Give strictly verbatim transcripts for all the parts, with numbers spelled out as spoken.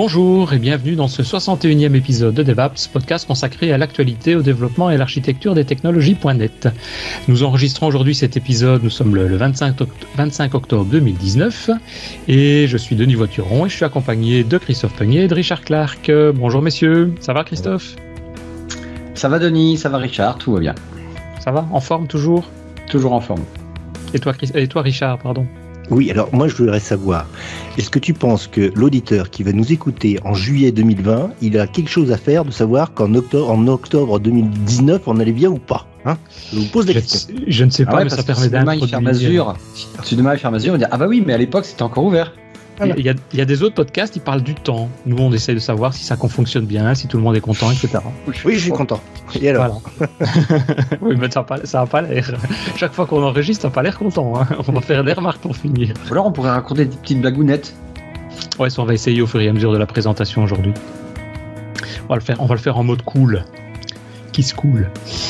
Bonjour et bienvenue dans ce soixante et unième épisode de DevApps, podcast consacré à l'actualité, au développement et à l'architecture des technologies point net. Nous enregistrons aujourd'hui cet épisode, nous sommes le vingt-cinq octobre deux mille dix-neuf et je suis Denis Voituron et je suis accompagné de Christophe Peignet et de Richard Clark. Bonjour messieurs, ça va Christophe ? Ça va Denis, ça va Richard, tout va bien. Ça va ? En forme toujours ? Toujours en forme. Et toi, Chris... et toi Richard, pardon ? Oui, alors moi je voudrais savoir, est-ce que tu penses que l'auditeur qui va nous écouter en juillet deux mille vingt, il a quelque chose à faire de savoir qu'en octobre, en octobre deux mille dix-neuf, on allait bien ou pas, hein? Je vous pose la question. Je, je ne sais pas, ah ouais, mais ça permet d'introduire. Si demain il ferme Azure, si demain il ferme Azure, on dit ah bah oui, mais à l'époque c'était encore ouvert. Voilà. Il, y a, il y a des autres podcasts qui parlent du temps. Nous, on essaie de savoir si ça fonctionne bien, si tout le monde est content, et cetera. Oui, je suis content. Et alors voilà. Oui, mais ça n'a pas, pas l'air. Chaque fois qu'on enregistre, ça n'a pas l'air content. Hein. On va faire des remarques pour finir. Ou alors, on pourrait raconter des petites blagounettes. Ouais, ça, on va essayer au fur et à mesure de la présentation aujourd'hui. On va le faire, on va le faire en mode cool. Qui se cool.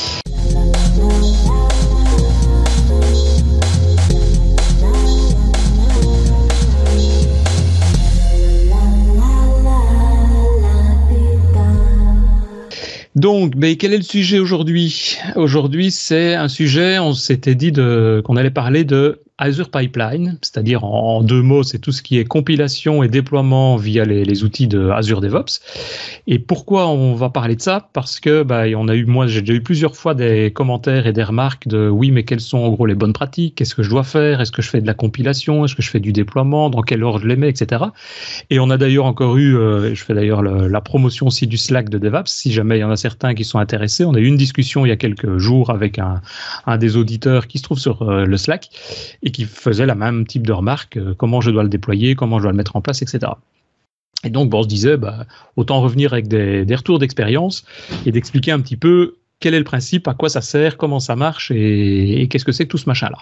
Donc, mais quel est le sujet aujourd'hui ? Aujourd'hui, c'est un sujet, on s'était dit de, qu'on allait parler de Azure Pipeline, c'est-à-dire en, en deux mots, c'est tout ce qui est compilation et déploiement via les, les outils de Azure DevOps. Et pourquoi on va parler de ça ? Parce que bah, on a eu, moi, j'ai déjà eu plusieurs fois des commentaires et des remarques de oui, mais quelles sont en gros les bonnes pratiques ? Qu'est-ce que je dois faire ? Est-ce que je fais de la compilation ? Est-ce que je fais du déploiement ? Dans quel ordre je les mets, et cetera. Et on a d'ailleurs encore eu, euh, je fais d'ailleurs le, la promotion aussi du Slack de DevOps, si jamais il y en a certains qui sont intéressés. On a eu une discussion il y a quelques jours avec un, un des auditeurs qui se trouve sur euh, le Slack et qui faisait la même type de remarque, euh, comment je dois le déployer, comment je dois le mettre en place, et cetera. Et donc, bon, on se disait, bah, autant revenir avec des, des retours d'expérience et d'expliquer un petit peu quel est le principe, à quoi ça sert, comment ça marche et, et qu'est-ce que c'est que tout ce machin-là.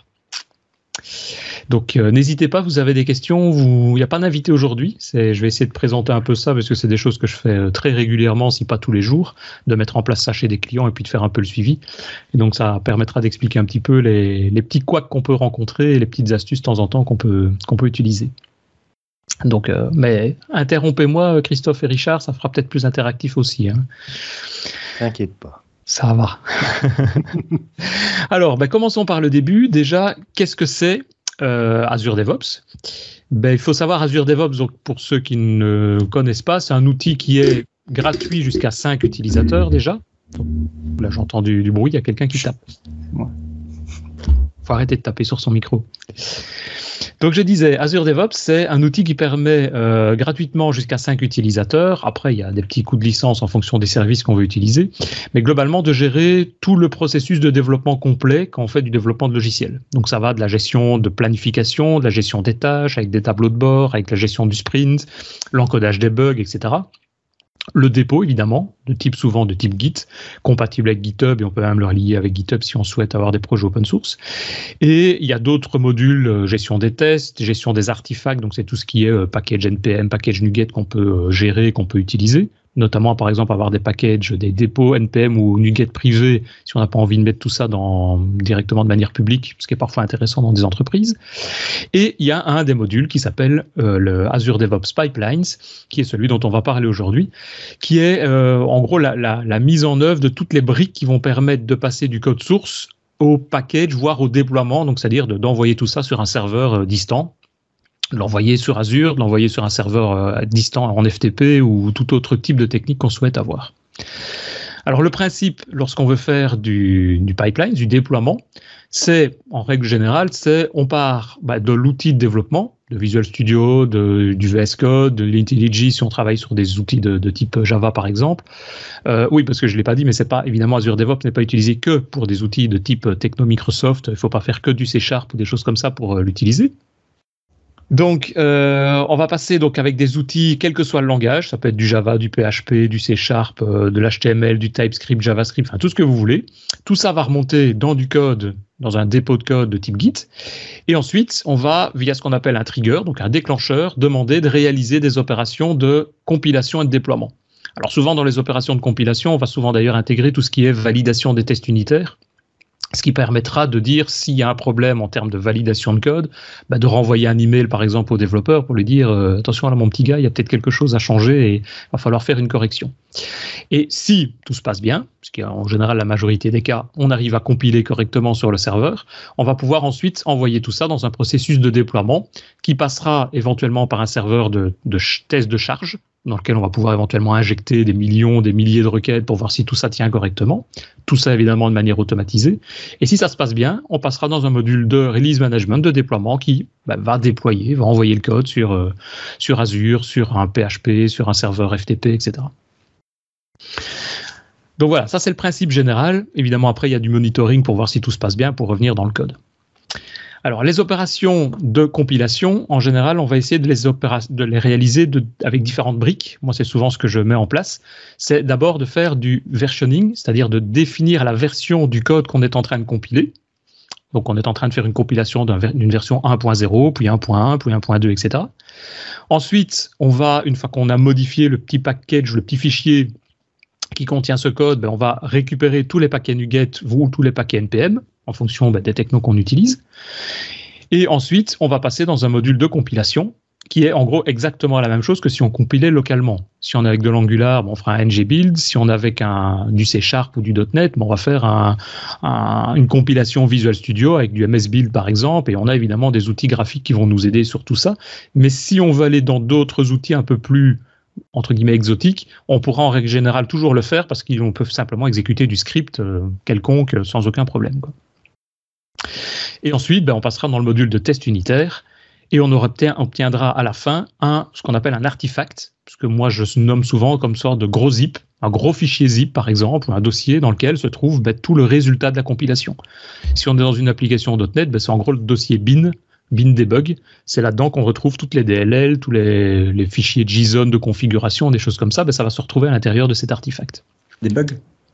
Donc, euh, n'hésitez pas, vous avez des questions. Il n'y a pas d'invité aujourd'hui. C'est, je vais essayer de présenter un peu ça parce que c'est des choses que je fais très régulièrement, si pas tous les jours, de mettre en place ça chez des clients et puis de faire un peu le suivi. Et donc, ça permettra d'expliquer un petit peu les, les petits couacs qu'on peut rencontrer et les petites astuces de temps en temps qu'on peut, qu'on peut utiliser. Donc, euh, mais interrompez-moi, Christophe et Richard, ça fera peut-être plus interactif aussi. Hein. T'inquiète pas. Ça va. Alors, ben, commençons par le début. Déjà, qu'est-ce que c'est Euh, Azure DevOps? Ben, il faut savoir Azure DevOps, donc pour ceux qui ne connaissent pas, c'est un outil qui est gratuit jusqu'à cinq utilisateurs déjà. Donc, là, j'entends du, du bruit, il y a quelqu'un qui tape. Il faut arrêter de taper sur son micro. Donc, je disais, Azure DevOps, c'est un outil qui permet euh, gratuitement jusqu'à cinq utilisateurs. Après, il y a des petits coûts de licence en fonction des services qu'on veut utiliser. Mais globalement, de gérer tout le processus de développement complet quand on fait du développement de logiciels. Donc, ça va de la gestion de planification, de la gestion des tâches, avec des tableaux de bord, avec la gestion du sprint, l'encodage des bugs, et cetera. Le dépôt, évidemment, de type souvent de type Git, compatible avec GitHub, et on peut même le relier avec GitHub si on souhaite avoir des projets open source. Et il y a d'autres modules, euh, gestion des tests, gestion des artefacts, donc c'est tout ce qui est euh, package N P M, package NuGet qu'on peut euh, gérer, qu'on peut utiliser. Notamment, par exemple, avoir des packages, des dépôts N P M ou NuGet privés, si on n'a pas envie de mettre tout ça dans, directement de manière publique, ce qui est parfois intéressant dans des entreprises. Et il y a un des modules qui s'appelle euh, le Azure DevOps Pipelines, qui est celui dont on va parler aujourd'hui, qui est euh, en gros la, la, la mise en œuvre de toutes les briques qui vont permettre de passer du code source au package, voire au déploiement, donc c'est-à-dire de, d'envoyer tout ça sur un serveur euh, distant, de l'envoyer sur Azure, de l'envoyer sur un serveur euh, distant en F T P ou tout autre type de technique qu'on souhaite avoir. Alors le principe, lorsqu'on veut faire du, du pipeline, du déploiement, c'est, en règle générale, c'est on part bah, de l'outil de développement, de Visual Studio, de, du V S Code, de l'IntelliJ si on travaille sur des outils de, de type Java par exemple. Euh, oui, parce que je ne l'ai pas dit, mais c'est pas, évidemment, Azure DevOps n'est pas utilisé que pour des outils de type Techno Microsoft. Il ne faut pas faire que du C Sharp ou des choses comme ça pour euh, l'utiliser. Donc, euh, on va passer donc avec des outils, quel que soit le langage, ça peut être du Java, du P H P, du C Sharp, euh, de l'H T M L, du TypeScript, JavaScript, enfin tout ce que vous voulez. Tout ça va remonter dans du code, dans un dépôt de code de type Git. Et ensuite, on va, via ce qu'on appelle un trigger, donc un déclencheur, demander de réaliser des opérations de compilation et de déploiement. Alors souvent, dans les opérations de compilation, on va souvent d'ailleurs intégrer tout ce qui est validation des tests unitaires. ce qui permettra de dire s'il y a un problème en termes de validation de code, bah de renvoyer un email par exemple au développeur pour lui dire euh, attention là mon petit gars, il y a peut-être quelque chose à changer et il va falloir faire une correction. Et si tout se passe bien, ce qui est en général la majorité des cas, on arrive à compiler correctement sur le serveur, on va pouvoir ensuite envoyer tout ça dans un processus de déploiement qui passera éventuellement par un serveur de, de test de charge, dans lequel on va pouvoir éventuellement injecter des millions, des milliers de requêtes pour voir si tout ça tient correctement. Tout ça évidemment de manière automatisée. Et si ça se passe bien, on passera dans un module de release management, de déploiement qui bah, va déployer, va envoyer le code sur, euh, sur Azure, sur un P H P, sur un serveur F T P, et cetera. Donc voilà, ça c'est le principe général. Évidemment après il y a du monitoring pour voir si tout se passe bien, pour revenir dans le code. Alors, les opérations de compilation, en général, on va essayer de les, opéra- de les réaliser de, avec différentes briques. Moi, c'est souvent ce que je mets en place. C'est d'abord de faire du versioning, c'est-à-dire de définir la version du code qu'on est en train de compiler. Donc, on est en train de faire une compilation d'un, d'une version un point zéro, puis un point un, puis un point deux, et cetera. Ensuite, on va, une fois qu'on a modifié le petit package, le petit fichier qui contient ce code, ben, on va récupérer tous les paquets NuGet ou tous les paquets N P M en fonction ben, des technos qu'on utilise. Et ensuite, on va passer dans un module de compilation qui est en gros exactement la même chose que si on compilait localement. Si on est avec de l'Angular, ben, on fera un ngbuild. Si on est avec un, du C Sharp ou du .NET, ben, on va faire un, un, une compilation Visual Studio avec du M S Build par exemple. Et on a évidemment des outils graphiques qui vont nous aider sur tout ça. Mais si on veut aller dans d'autres outils un peu plus entre guillemets exotiques, on pourra en règle générale toujours le faire parce qu'ils peuvent simplement exécuter du script euh, quelconque sans aucun problème, quoi. Et ensuite, ben, on passera dans le module de test unitaire et on obtiendra à la fin un, ce qu'on appelle un artefact, ce que moi je nomme souvent comme sorte de gros zip, un gros fichier zip par exemple, ou un dossier dans lequel se trouve ben, tout le résultat de la compilation. Si on est dans une application .NET, ben, c'est en gros le dossier bin, bin debug, c'est là-dedans qu'on retrouve toutes les D L L, tous les, les fichiers JSON de configuration, des choses comme ça, ben, ça va se retrouver à l'intérieur de cet artefact. Des bugs?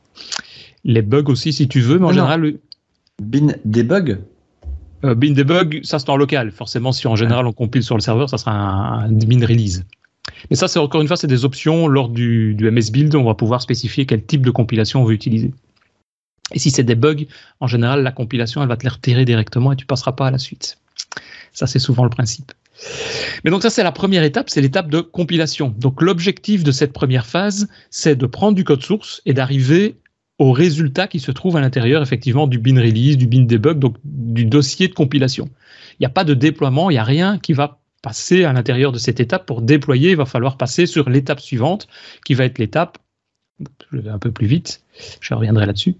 Les bugs aussi si tu veux, mais en non, général... Non. Bin debug? Euh, bin debug, ça c'est en local. Forcément, si en général on compile sur le serveur, ça sera un, un bin release. Mais ça, c'est encore une fois, c'est des options lors du, du M S Build. On va pouvoir spécifier quel type de compilation on veut utiliser. Et si c'est des bugs, en général, la compilation, elle va te les retirer directement et tu passeras pas à la suite. Ça, c'est souvent le principe. Mais donc ça, c'est la première étape, c'est l'étape de compilation. Donc l'objectif de cette première phase, c'est de prendre du code source et d'arriver au résultat qui se trouve à l'intérieur, effectivement, du bin release, du bin debug, donc du dossier de compilation. Il n'y a pas de déploiement, il n'y a rien qui va passer à l'intérieur de cette étape. Pour déployer, il va falloir passer sur l'étape suivante, qui va être l'étape, je vais un peu plus vite, je reviendrai là-dessus,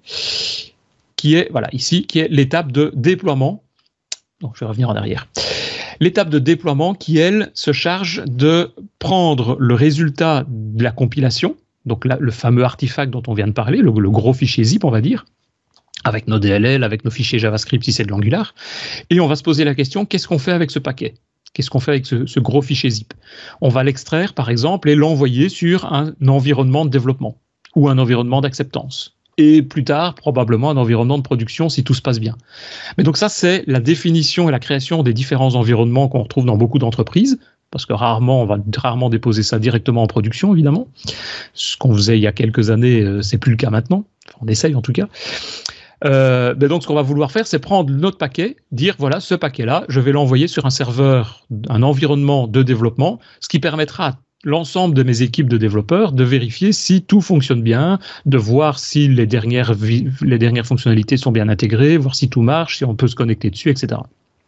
qui est, voilà, ici, qui est l'étape de déploiement. Donc, je vais revenir en arrière. L'étape de déploiement qui, elle, se charge de prendre le résultat de la compilation, donc là, le fameux artefact dont on vient de parler, le, le gros fichier zip, on va dire, avec nos D L L, avec nos fichiers JavaScript si c'est de l'Angular, et on va se poser la question, qu'est-ce qu'on fait avec ce paquet? Qu'est-ce qu'on fait avec ce, ce gros fichier zip? On va l'extraire, par exemple, et l'envoyer sur un environnement de développement ou un environnement d'acceptance. Et plus tard, probablement un environnement de production si tout se passe bien. Mais donc ça, c'est la définition et la création des différents environnements qu'on retrouve dans beaucoup d'entreprises, parce que rarement, on va rarement déposer ça directement en production, évidemment. Ce qu'on faisait il y a quelques années, euh, c'est plus le cas maintenant. Enfin, on essaye en tout cas. Euh, ben donc, ce qu'on va vouloir faire, c'est prendre notre paquet, dire voilà, ce paquet-là, je vais l'envoyer sur un serveur, un environnement de développement, ce qui permettra à l'ensemble de mes équipes de développeurs de vérifier si tout fonctionne bien, de voir si les dernières, les dernières fonctionnalités sont bien intégrées, voir si tout marche, si on peut se connecter dessus, et cetera.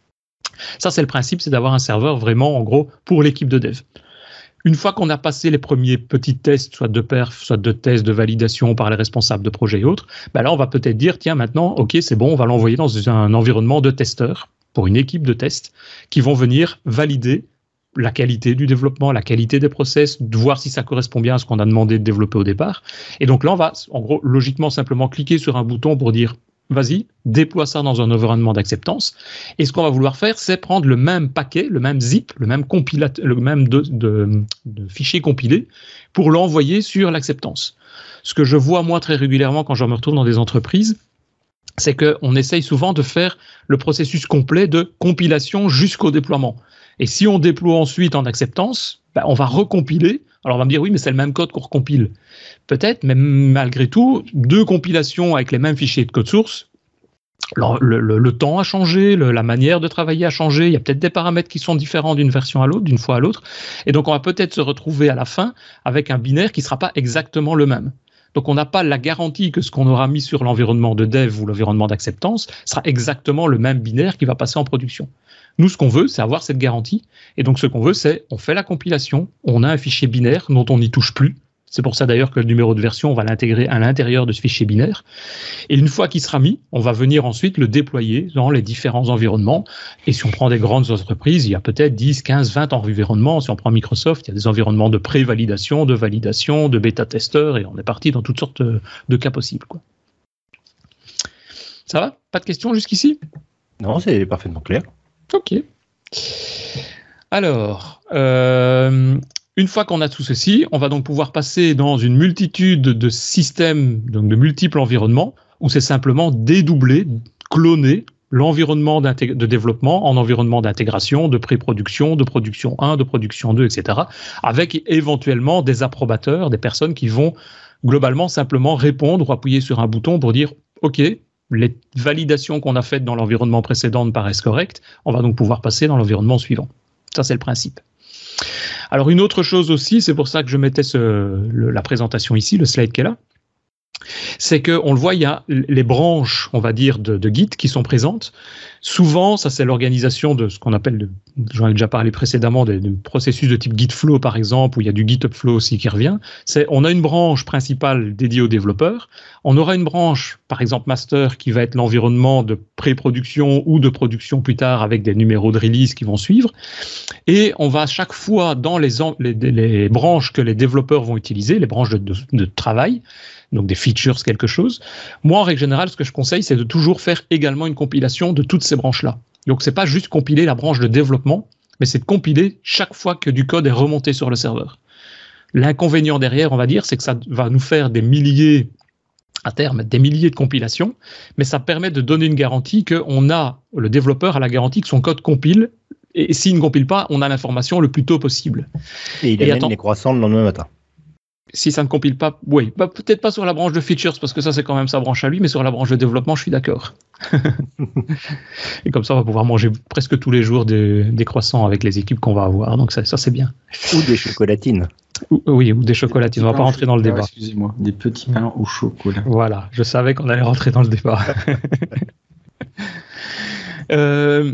Ça, c'est le principe, c'est d'avoir un serveur vraiment, en gros, pour l'équipe de dev. Une fois qu'on a passé les premiers petits tests, soit de perf, soit de tests de validation par les responsables de projet et autres, ben là, on va peut-être dire, tiens, maintenant, OK, c'est bon, on va l'envoyer dans un environnement de testeurs pour une équipe de tests qui vont venir valider la qualité du développement, la qualité des process, de voir si ça correspond bien à ce qu'on a demandé de développer au départ. Et donc là, on va, en gros, logiquement, simplement cliquer sur un bouton pour dire vas-y, déploie ça dans un environnement d'acceptance. Et ce qu'on va vouloir faire, c'est prendre le même paquet, le même zip, le même, compilateur, le même de, de, de fichier compilé pour l'envoyer sur l'acceptance. Ce que je vois, moi, très régulièrement quand je me retrouve dans des entreprises, c'est qu'on essaye souvent de faire le processus complet de compilation jusqu'au déploiement. Et si on déploie ensuite en acceptance, ben on va recompiler. Alors on va me dire, oui, mais c'est le même code qu'on recompile. Peut-être, mais malgré tout, deux compilations avec les mêmes fichiers de code source, Le, le, le temps a changé, le, la manière de travailler a changé, il y a peut-être des paramètres qui sont différents d'une version à l'autre, d'une fois à l'autre, et donc on va peut-être se retrouver à la fin avec un binaire qui ne sera pas exactement le même. Donc on n'a pas la garantie que ce qu'on aura mis sur l'environnement de dev ou l'environnement d'acceptance sera exactement le même binaire qui va passer en production. Nous, ce qu'on veut, c'est avoir cette garantie, et donc ce qu'on veut, c'est on fait la compilation, on a un fichier binaire dont on n'y touche plus. C'est pour ça d'ailleurs que le numéro de version, on va l'intégrer à l'intérieur de ce fichier binaire. Et une fois qu'il sera mis, on va venir ensuite le déployer dans les différents environnements. Et si on prend des grandes entreprises, il y a peut-être dix, quinze, vingt environnements. Si on prend Microsoft, il y a des environnements de pré-validation, de validation, de bêta-testeurs, et on est parti dans toutes sortes de cas possibles, quoi. Ça va? Pas de questions jusqu'ici? Non, c'est parfaitement clair. Ok. Alors... Euh, Une fois qu'on a tout ceci, on va donc pouvoir passer dans une multitude de systèmes, donc de multiples environnements, où c'est simplement dédoubler, cloner l'environnement de développement en environnement d'intégration, de pré-production, de production un, de production deux, et cetera, avec éventuellement des approbateurs, des personnes qui vont globalement simplement répondre ou appuyer sur un bouton pour dire « Ok, les validations qu'on a faites dans l'environnement précédent me paraissent correctes, on va donc pouvoir passer dans l'environnement suivant. » Ça, c'est le principe. Alors une autre chose aussi, c'est pour ça que je mettais ce, le, la présentation ici, le slide qui est là, c'est qu'on le voit, il y a les branches, on va dire, de, de Git qui sont présentes. Souvent, ça c'est l'organisation de ce qu'on appelle, j'en ai déjà parlé précédemment, des, des processus de type Gitflow par exemple, où il y a du GitHubFlow aussi qui revient. C'est, on a une branche principale dédiée aux développeurs. On aura une branche, par exemple master, qui va être l'environnement de pré-production ou de production plus tard avec des numéros de release qui vont suivre. Et on va à chaque fois dans les, les, les branches que les développeurs vont utiliser, les branches de, de, de travail, donc des features, quelque chose. Moi, en règle générale, ce que je conseille, c'est de toujours faire également une compilation de toutes ces branches-là. Donc, c'est pas juste compiler la branche de développement, mais c'est de compiler chaque fois que du code est remonté sur le serveur. L'inconvénient derrière, on va dire, c'est que ça va nous faire des milliers, à terme, des milliers de compilations, mais ça permet de donner une garantie qu'on a, le développeur a la garantie que son code compile, et s'il ne compile pas, on a l'information le plus tôt possible. Et il amène les croissants le lendemain matin. Si ça ne compile pas, oui, bah, peut-être pas sur la branche de features, parce que ça c'est quand même sa branche à lui, mais sur la branche de développement, je suis d'accord. Et comme ça, on va pouvoir manger presque tous les jours des, des croissants avec les équipes qu'on va avoir, donc ça, ça c'est bien. Ou des chocolatines. Ou, oui, ou des chocolatines, on ne va pas rentrer dans le débat. Excusez-moi, des petits pains au chocolat. Voilà, je savais qu'on allait rentrer dans le débat. euh...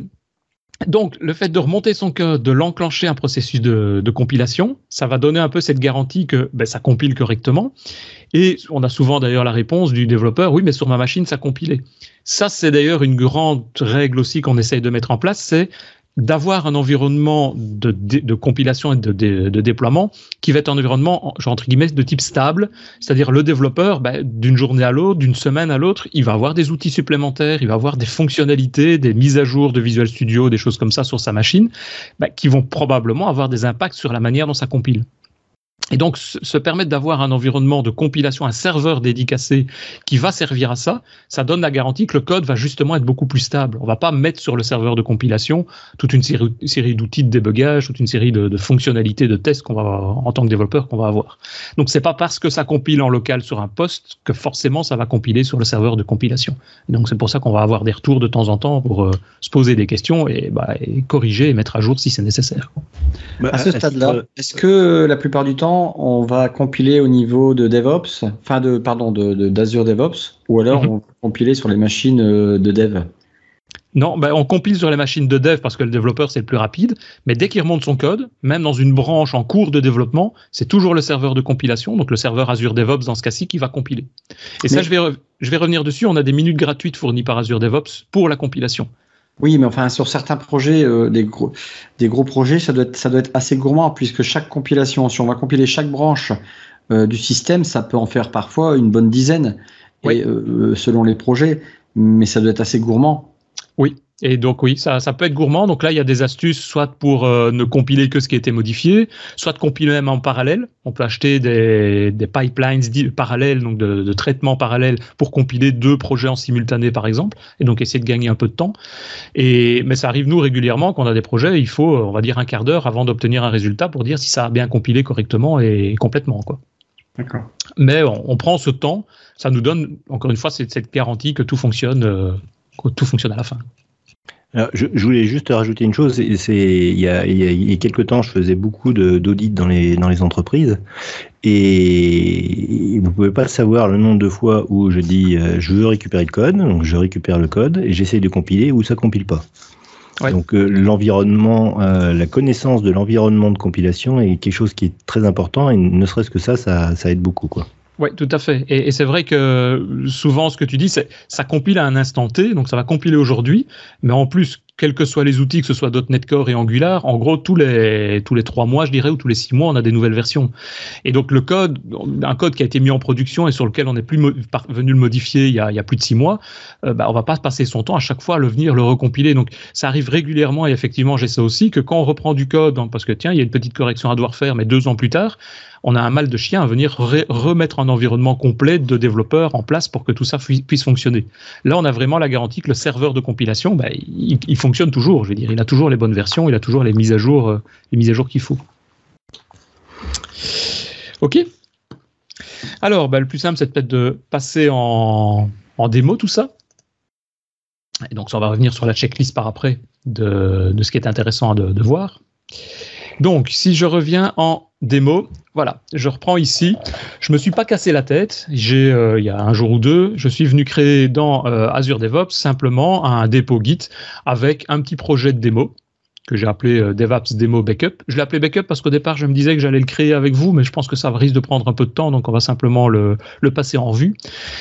Donc, le fait de remonter son code, de l'enclencher un processus de, de compilation, ça va donner un peu cette garantie que ben, ça compile correctement. Et on a souvent d'ailleurs la réponse du développeur, oui, mais sur ma machine, ça compilait. Ça, c'est d'ailleurs une grande règle aussi qu'on essaye de mettre en place, c'est d'avoir un environnement de, de, de compilation et de, de, de déploiement qui va être un environnement, genre, entre guillemets, de type stable. C'est-à-dire le développeur, ben, d'une journée à l'autre, d'une semaine à l'autre, il va avoir des outils supplémentaires, il va avoir des fonctionnalités, des mises à jour de Visual Studio, des choses comme ça sur sa machine, ben, qui vont probablement avoir des impacts sur la manière dont ça compile. Et donc, se permettre d'avoir un environnement de compilation, un serveur dédicacé qui va servir à ça, ça donne la garantie que le code va justement être beaucoup plus stable. On ne va pas mettre sur le serveur de compilation toute une série, série d'outils de débugage, toute une série de, de fonctionnalités, de tests qu'on va avoir, en tant que développeur qu'on va avoir. Donc, c'est pas parce que ça compile en local sur un poste que forcément ça va compiler sur le serveur de compilation. Et donc, c'est pour ça qu'on va avoir des retours de temps en temps pour euh, se poser des questions et, bah, et corriger et mettre à jour si c'est nécessaire. Bah, à ce stade-là, est-ce que la plupart du temps, on va compiler au niveau de DevOps, enfin de pardon de, de d'Azure DevOps, ou alors mm-hmm. on va compiler sur les machines de dev? Non, ben on compile sur les machines de dev parce que le développeur c'est le plus rapide, mais dès qu'il remonte son code, même dans une branche en cours de développement, c'est toujours le serveur de compilation, donc le serveur Azure DevOps dans ce cas-ci qui va compiler. Et mais ça, je vais, re- je vais revenir dessus, on a des minutes gratuites fournies par Azure DevOps pour la compilation. Oui, mais enfin, sur certains projets, euh, des, gros, des gros projets, ça doit, être, ça doit être assez gourmand, puisque chaque compilation, si on va compiler chaque branche euh, du système, ça peut en faire parfois une bonne dizaine, oui. et, euh, selon les projets, mais ça doit être assez gourmand. Oui. Et donc oui, ça, ça peut être gourmand. Donc là, il y a des astuces, soit pour euh, ne compiler que ce qui a été modifié, soit de compiler même en parallèle. On peut acheter des, des pipelines parallèles, donc de, de traitements parallèles pour compiler deux projets en simultané, par exemple, et donc essayer de gagner un peu de temps. Et, mais ça arrive, nous, régulièrement, quand on a des projets, il faut, on va dire, un quart d'heure avant d'obtenir un résultat pour dire si ça a bien compilé correctement et complètement, quoi. D'accord. Mais on, on prend ce temps, ça nous donne, encore une fois, cette, cette garantie que tout fonctionne euh, que tout fonctionne à la fin. Alors, je, je voulais juste rajouter une chose. C'est, il y a, il y a, il y a quelques temps, je faisais beaucoup de, d'audits dans les, dans les entreprises, et vous pouvez pas savoir le nombre de fois où je dis euh, je veux récupérer le code, donc je récupère le code et j'essaye de compiler ou ça compile pas. Ouais. Donc euh, l'environnement, euh, la connaissance de l'environnement de compilation est quelque chose qui est très important, et ne serait-ce que ça, ça, ça aide beaucoup, quoi. Oui, tout à fait. Et, et c'est vrai que souvent, ce que tu dis, c'est ça compile à un instant T, donc ça va compiler aujourd'hui, mais en plus, quels que soient les outils, que ce soit .N E T Core et Angular, en gros, tous les tous les trois mois, je dirais, ou tous les six mois, on a des nouvelles versions. Et donc le code, un code qui a été mis en production et sur lequel on n'est plus mo- venu le modifier il y a, il y a plus de six mois, euh, bah, on va pas passer son temps à chaque fois à le venir le recompiler. Donc ça arrive régulièrement, et effectivement, j'ai ça aussi, que quand on reprend du code, hein, parce que tiens, il y a une petite correction à devoir faire, mais deux ans plus tard, on a un mal de chien à venir re- remettre un environnement complet de développeurs en place pour que tout ça fu- puisse fonctionner. Là, on a vraiment la garantie que le serveur de compilation, bah, il, il fonctionne toujours. Je veux dire, il a toujours les bonnes versions, il a toujours les mises à jour, euh, les mises à jour qu'il faut. Ok. Alors, bah, le plus simple, c'est peut-être de passer en, en démo tout ça. Et donc, ça, on va revenir sur la checklist par après de, de ce qui est intéressant de, de voir. Donc, si je reviens en démo, voilà, je reprends ici. Je me suis pas cassé la tête. J'ai, euh, il y a un jour ou deux, je suis venu créer dans euh, Azure DevOps simplement un dépôt Git avec un petit projet de démo que j'ai appelé euh, DevOps Demo Backup. Je l'ai appelé Backup parce qu'au départ, je me disais que j'allais le créer avec vous, mais je pense que ça risque de prendre un peu de temps, donc on va simplement le, le passer en revue.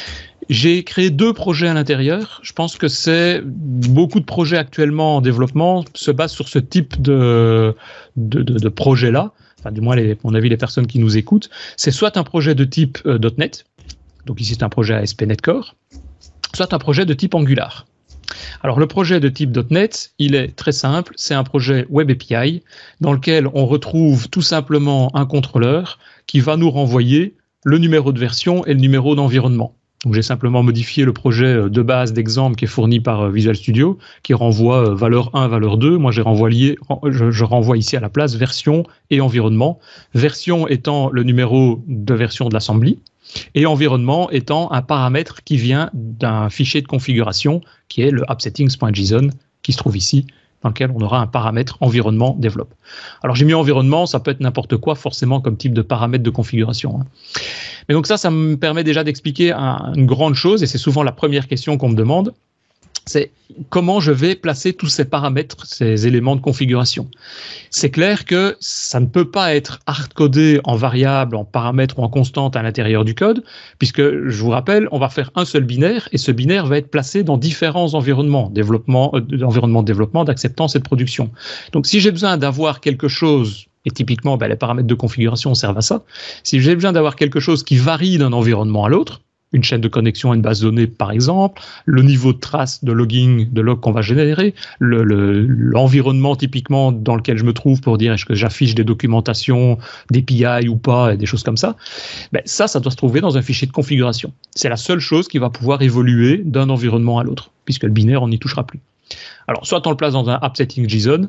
J'ai créé deux projets à l'intérieur. Je pense que c'est beaucoup de projets actuellement en développement se basent sur ce type de, de, de, de projet-là. Enfin, du moins, les, à mon avis, les personnes qui nous écoutent. C'est soit un projet de type euh, .N E T, donc ici c'est un projet A S P point net Core, soit un projet de type Angular. Alors, le projet de type .N E T, il est très simple. C'est un projet Web A P I dans lequel on retrouve tout simplement un contrôleur qui va nous renvoyer le numéro de version et le numéro d'environnement. Donc, j'ai simplement modifié le projet de base d'exemple qui est fourni par Visual Studio, qui renvoie valeur un, valeur deux. Moi, j'ai renvoyé, je, je renvoie ici à la place version et environnement. Version étant le numéro de version de l'assembly et environnement étant un paramètre qui vient d'un fichier de configuration qui est le appsettings.json qui se trouve ici, dans lequel on aura un paramètre environnement développe. Alors, j'ai mis environnement, ça peut être n'importe quoi forcément comme type de paramètre de configuration, hein. Mais donc ça, ça me permet déjà d'expliquer un, une grande chose, et c'est souvent la première question qu'on me demande, c'est comment je vais placer tous ces paramètres, ces éléments de configuration. C'est clair que ça ne peut pas être hard-codé en variable, en paramètres ou en constante à l'intérieur du code, puisque, je vous rappelle, on va faire un seul binaire, et ce binaire va être placé dans différents environnements, développement, euh, environnements de développement, d'acceptance et de production. Donc si j'ai besoin d'avoir quelque chose, et typiquement, ben, les paramètres de configuration servent à ça. Si j'ai besoin d'avoir quelque chose qui varie d'un environnement à l'autre, une chaîne de connexion à une base de données, par exemple, le niveau de trace, de logging, de log qu'on va générer, le, le, l'environnement typiquement dans lequel je me trouve pour dire est-ce que j'affiche des documentations, des P I ou pas, et des choses comme ça, ben, ça, ça doit se trouver dans un fichier de configuration. C'est la seule chose qui va pouvoir évoluer d'un environnement à l'autre, puisque le binaire, on n'y touchera plus. Alors, soit on le place dans un appsettings.json,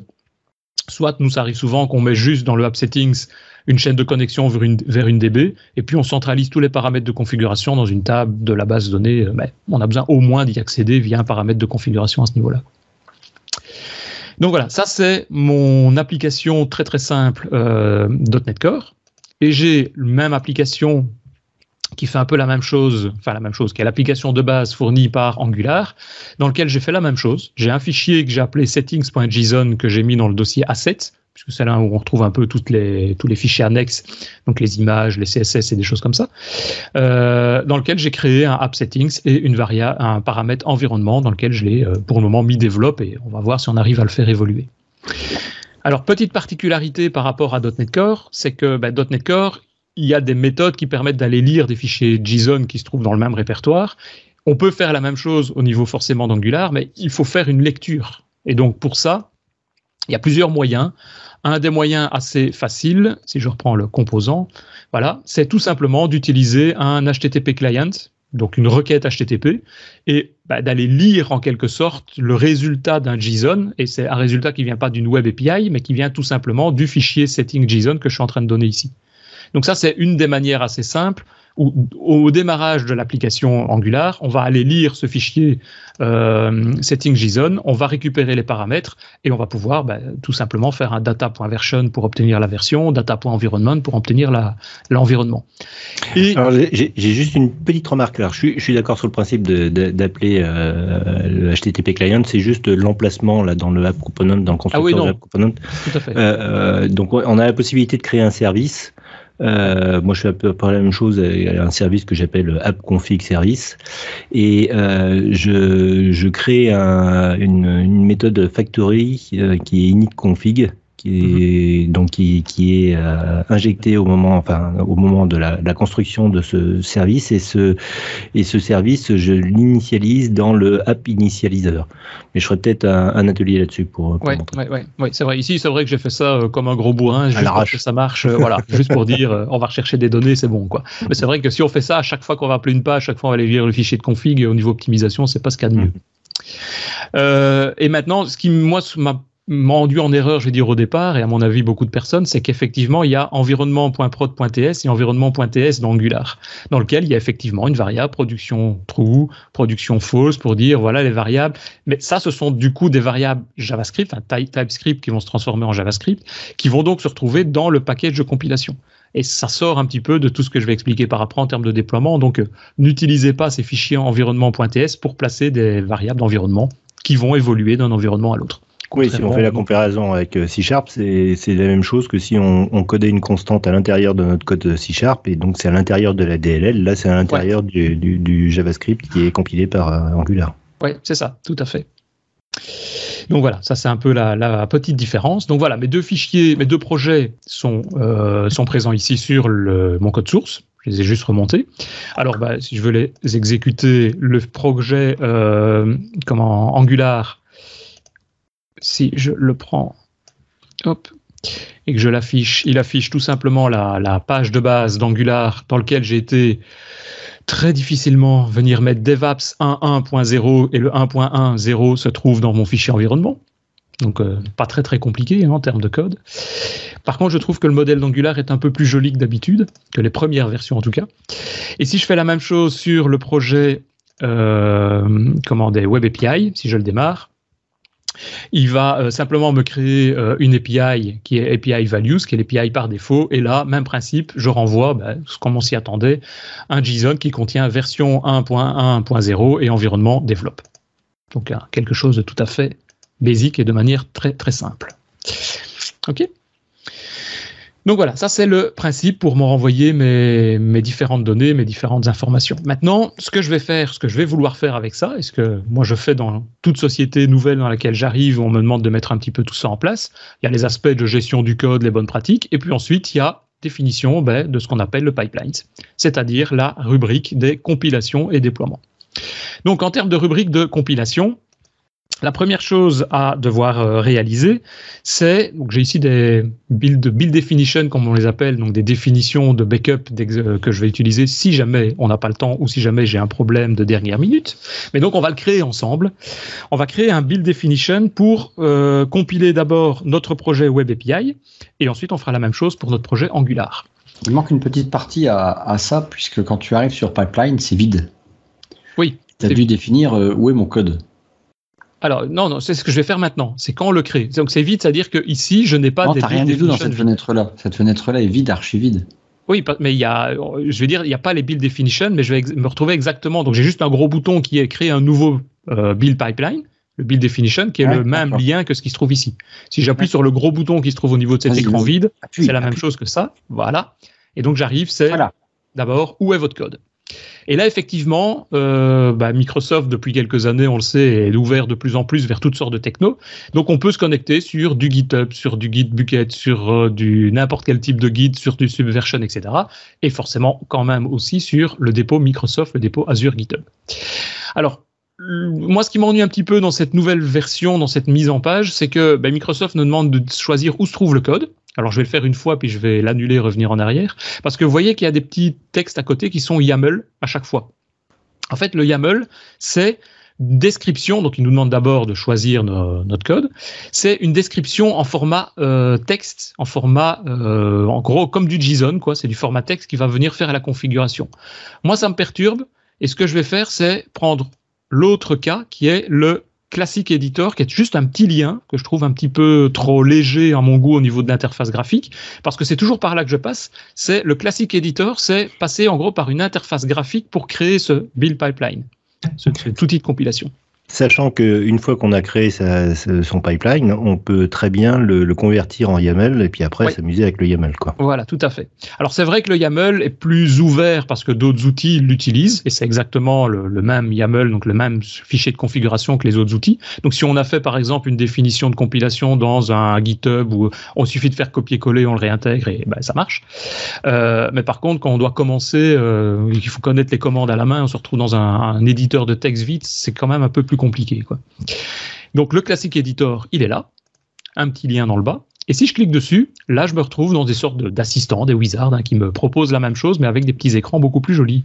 soit nous, ça arrive souvent qu'on met juste dans le appsettings une chaîne de connexion vers une, vers une D B, et puis on centralise tous les paramètres de configuration dans une table de la base de données. Mais on a besoin au moins d'y accéder via un paramètre de configuration à ce niveau-là. Donc voilà, ça c'est mon application très très simple euh, .N E T Core, et j'ai la même application qui fait un peu la même chose, enfin la même chose, qui est l'application de base fournie par Angular, dans lequel j'ai fait la même chose. J'ai un fichier que j'ai appelé settings.json que j'ai mis dans le dossier assets, puisque c'est là où on retrouve un peu toutes les, tous les fichiers annexes, donc les images, les C S S et des choses comme ça, euh, dans lequel j'ai créé un app settings et une varia, un paramètre environnement dans lequel je l'ai euh, pour le moment mis développe, et on va voir si on arrive à le faire évoluer. Alors, petite particularité par rapport à .N E T Core, c'est que bah, .N E T Core, il y a des méthodes qui permettent d'aller lire des fichiers JSON qui se trouvent dans le même répertoire. On peut faire la même chose au niveau forcément d'Angular, mais il faut faire une lecture. Et donc, pour ça, il y a plusieurs moyens. Un des moyens assez faciles, si je reprends le composant, voilà, c'est tout simplement d'utiliser un H T T P client, donc une requête H T T P, et bah, d'aller lire en quelque sorte le résultat d'un JSON, et c'est un résultat qui ne vient pas d'une web A P I, mais qui vient tout simplement du fichier setting JSON que je suis en train de donner ici. Donc ça, c'est une des manières assez simples. où au démarrage de l'application Angular, on va aller lire ce fichier euh, settings.json, on va récupérer les paramètres et on va pouvoir bah, tout simplement faire un data.version pour obtenir la version, data.environment pour obtenir la, l'environnement. Et Alors, j'ai, j'ai juste une petite remarque. Alors, je suis, je suis d'accord sur le principe de, de, d'appeler euh, le H T T P client, c'est juste l'emplacement là dans le app component, dans le constructeur ah oui, de l'app component. Tout à fait. Euh, donc, on a la possibilité de créer un service. Euh, moi, je fais à peu près la même chose avec un service que j'appelle app config service, et euh, je, je crée un, une, une méthode factory euh, qui est init config, qui est mm-hmm. donc qui, qui est euh, injecté au moment, enfin au moment de la, de la construction de ce service, et ce et ce service, je l'initialise dans le app initializer. Mais je ferai peut-être un, un atelier là-dessus pour. pour ouais, ouais, ouais, ouais, c'est vrai. Ici, c'est vrai que j'ai fait ça euh, comme un gros bourrin, juste pour que ça marche. Euh, voilà, juste pour dire, euh, on va rechercher des données, c'est bon, quoi. Mais c'est vrai que si on fait ça à chaque fois qu'on va appeler une page, chaque fois on va aller lire le fichier de config, et au niveau optimisation, c'est pas ce qu'il y a de mieux. Mm-hmm. Euh, et maintenant, ce qui moi m'a m'a rendu en erreur, je vais dire au départ, et à mon avis beaucoup de personnes, c'est qu'effectivement il y a environnement.prod.ts et environnement.ts dans Angular, dans lequel il y a effectivement une variable production true, production false pour dire voilà les variables. Mais ça, ce sont du coup des variables JavaScript, enfin TypeScript qui vont se transformer en JavaScript, qui vont donc se retrouver dans le package de compilation. Et ça sort un petit peu de tout ce que je vais expliquer par après en termes de déploiement. Donc, euh, n'utilisez pas ces fichiers environnement.ts pour placer des variables d'environnement qui vont évoluer d'un environnement à l'autre. Oui, si on fait la comparaison avec C Sharp, c'est, c'est la même chose que si on, on codait une constante à l'intérieur de notre code C Sharp, et donc c'est à l'intérieur de la D L L, là c'est à l'intérieur ouais. du, du, du JavaScript qui est compilé par euh, Angular. Oui, c'est ça, tout à fait. Donc voilà, ça c'est un peu la, la petite différence. Donc voilà, mes deux fichiers, mes deux projets sont, euh, sont présents ici sur le, mon code source. Je les ai juste remontés. Alors, bah, si je veux les exécuter, le projet euh, comment, Angular, si je le prends, hop, et que je l'affiche, il affiche tout simplement la, la page de base d'Angular dans laquelle j'ai été très difficilement venir mettre devapps un point un point zéro et le un point un point zéro se trouve dans mon fichier environnement. Donc, euh, pas très très compliqué hein, en termes de code. Par contre, je trouve que le modèle d'Angular est un peu plus joli que d'habitude, que les premières versions en tout cas. Et si je fais la même chose sur le projet euh, comment, des Web A P I, si je le démarre, il va euh, simplement me créer euh, une A P I qui est A P I Values, qui est l'A P I par défaut. Et là, même principe, je renvoie, bah, comme on s'y attendait, un JSON qui contient version un point un point zéro et environnement développe. Donc, hein, quelque chose de tout à fait basique et de manière très très simple. OK ? Donc voilà, ça c'est le principe pour me renvoyer mes, mes différentes données, mes différentes informations. Maintenant, ce que je vais faire, ce que je vais vouloir faire avec ça, et ce que moi je fais dans toute société nouvelle dans laquelle j'arrive, où on me demande de mettre un petit peu tout ça en place, il y a les aspects de gestion du code, les bonnes pratiques, et puis ensuite il y a définition ben, de ce qu'on appelle le pipelines, c'est-à-dire la rubrique des compilations et déploiements. Donc en termes de rubrique de compilation, la première chose à devoir euh, réaliser, c'est, donc j'ai ici des build, build definition, comme on les appelle, donc des définitions de backup euh, que je vais utiliser si jamais on n'a pas le temps ou si jamais j'ai un problème de dernière minute. Mais donc on va le créer ensemble. On va créer un build definition pour euh, compiler d'abord notre projet Web A P I et ensuite on fera la même chose pour notre projet Angular. Il manque une petite partie à, à ça, puisque quand tu arrives sur pipeline, c'est vide. Oui. Tu as dû définir euh, où est mon code. Alors, non, non, c'est ce que je vais faire maintenant. C'est quand on le crée. Donc, c'est vide, c'est-à-dire que ici, je n'ai pas... Non, des t'as rien du tout dans cette fenêtre-là. Cette fenêtre-là est vide, archi vide. Oui, mais il y a, je vais dire, il n'y a pas les build definition, mais je vais me retrouver exactement. Donc, j'ai juste un gros bouton qui est créer un nouveau euh, build pipeline, le build definition, qui est ouais, le même d'accord. lien que ce qui se trouve ici. Si j'appuie ouais. sur le gros bouton qui se trouve au niveau de cet vas-y, écran vas-y. vide, appuie, c'est la appuie. même chose que ça. Voilà. Et donc, j'arrive, c'est voilà. d'abord, où est votre code ? Et là, effectivement, euh, bah, Microsoft, depuis quelques années, on le sait, est ouvert de plus en plus vers toutes sortes de techno. Donc, on peut se connecter sur du GitHub, sur du Gitbucket, sur euh, du n'importe quel type de Git, sur du Subversion, et cetera. Et forcément, quand même aussi sur le dépôt Microsoft, le dépôt Azure GitHub. Alors, moi, ce qui m'ennuie un petit peu dans cette nouvelle version, dans cette mise en page, c'est que bah, Microsoft nous demande de choisir où se trouve le code. Alors, je vais le faire une fois, puis je vais l'annuler et revenir en arrière. Parce que vous voyez qu'il y a des petits textes à côté qui sont YAML à chaque fois. En fait, le YAML, c'est description, donc il nous demande d'abord de choisir no, notre code, c'est une description en format euh, texte, en format, euh, en gros, comme du JSON, quoi, c'est du format texte qui va venir faire la configuration. Moi, ça me perturbe, et ce que je vais faire, c'est prendre l'autre cas, qui est le Classic Editor, qui est juste un petit lien, que je trouve un petit peu trop léger à mon goût au niveau de l'interface graphique, parce que c'est toujours par là que je passe, c'est le Classic Editor, c'est passer en gros par une interface graphique pour créer ce build pipeline, ce, cet outil de compilation. Sachant qu'une fois qu'on a créé sa, sa, son pipeline, on peut très bien le, le convertir en YAML et puis après oui. s'amuser avec le YAML, quoi. Voilà, tout à fait. Alors c'est vrai que le YAML est plus ouvert parce que d'autres outils l'utilisent et c'est exactement le, le même YAML, donc le même fichier de configuration que les autres outils. Donc si on a fait par exemple une définition de compilation dans un GitHub où on suffit de faire copier-coller, on le réintègre et ben, ça marche. Euh, mais par contre, quand on doit commencer, euh, il faut connaître les commandes à la main, on se retrouve dans un, un éditeur de texte vite, c'est quand même un peu plus compliqué, quoi. Donc le Classic Editor, il est là, un petit lien dans le bas, et si je clique dessus, là je me retrouve dans des sortes de, d'assistants, des wizards hein, qui me proposent la même chose, mais avec des petits écrans beaucoup plus jolis.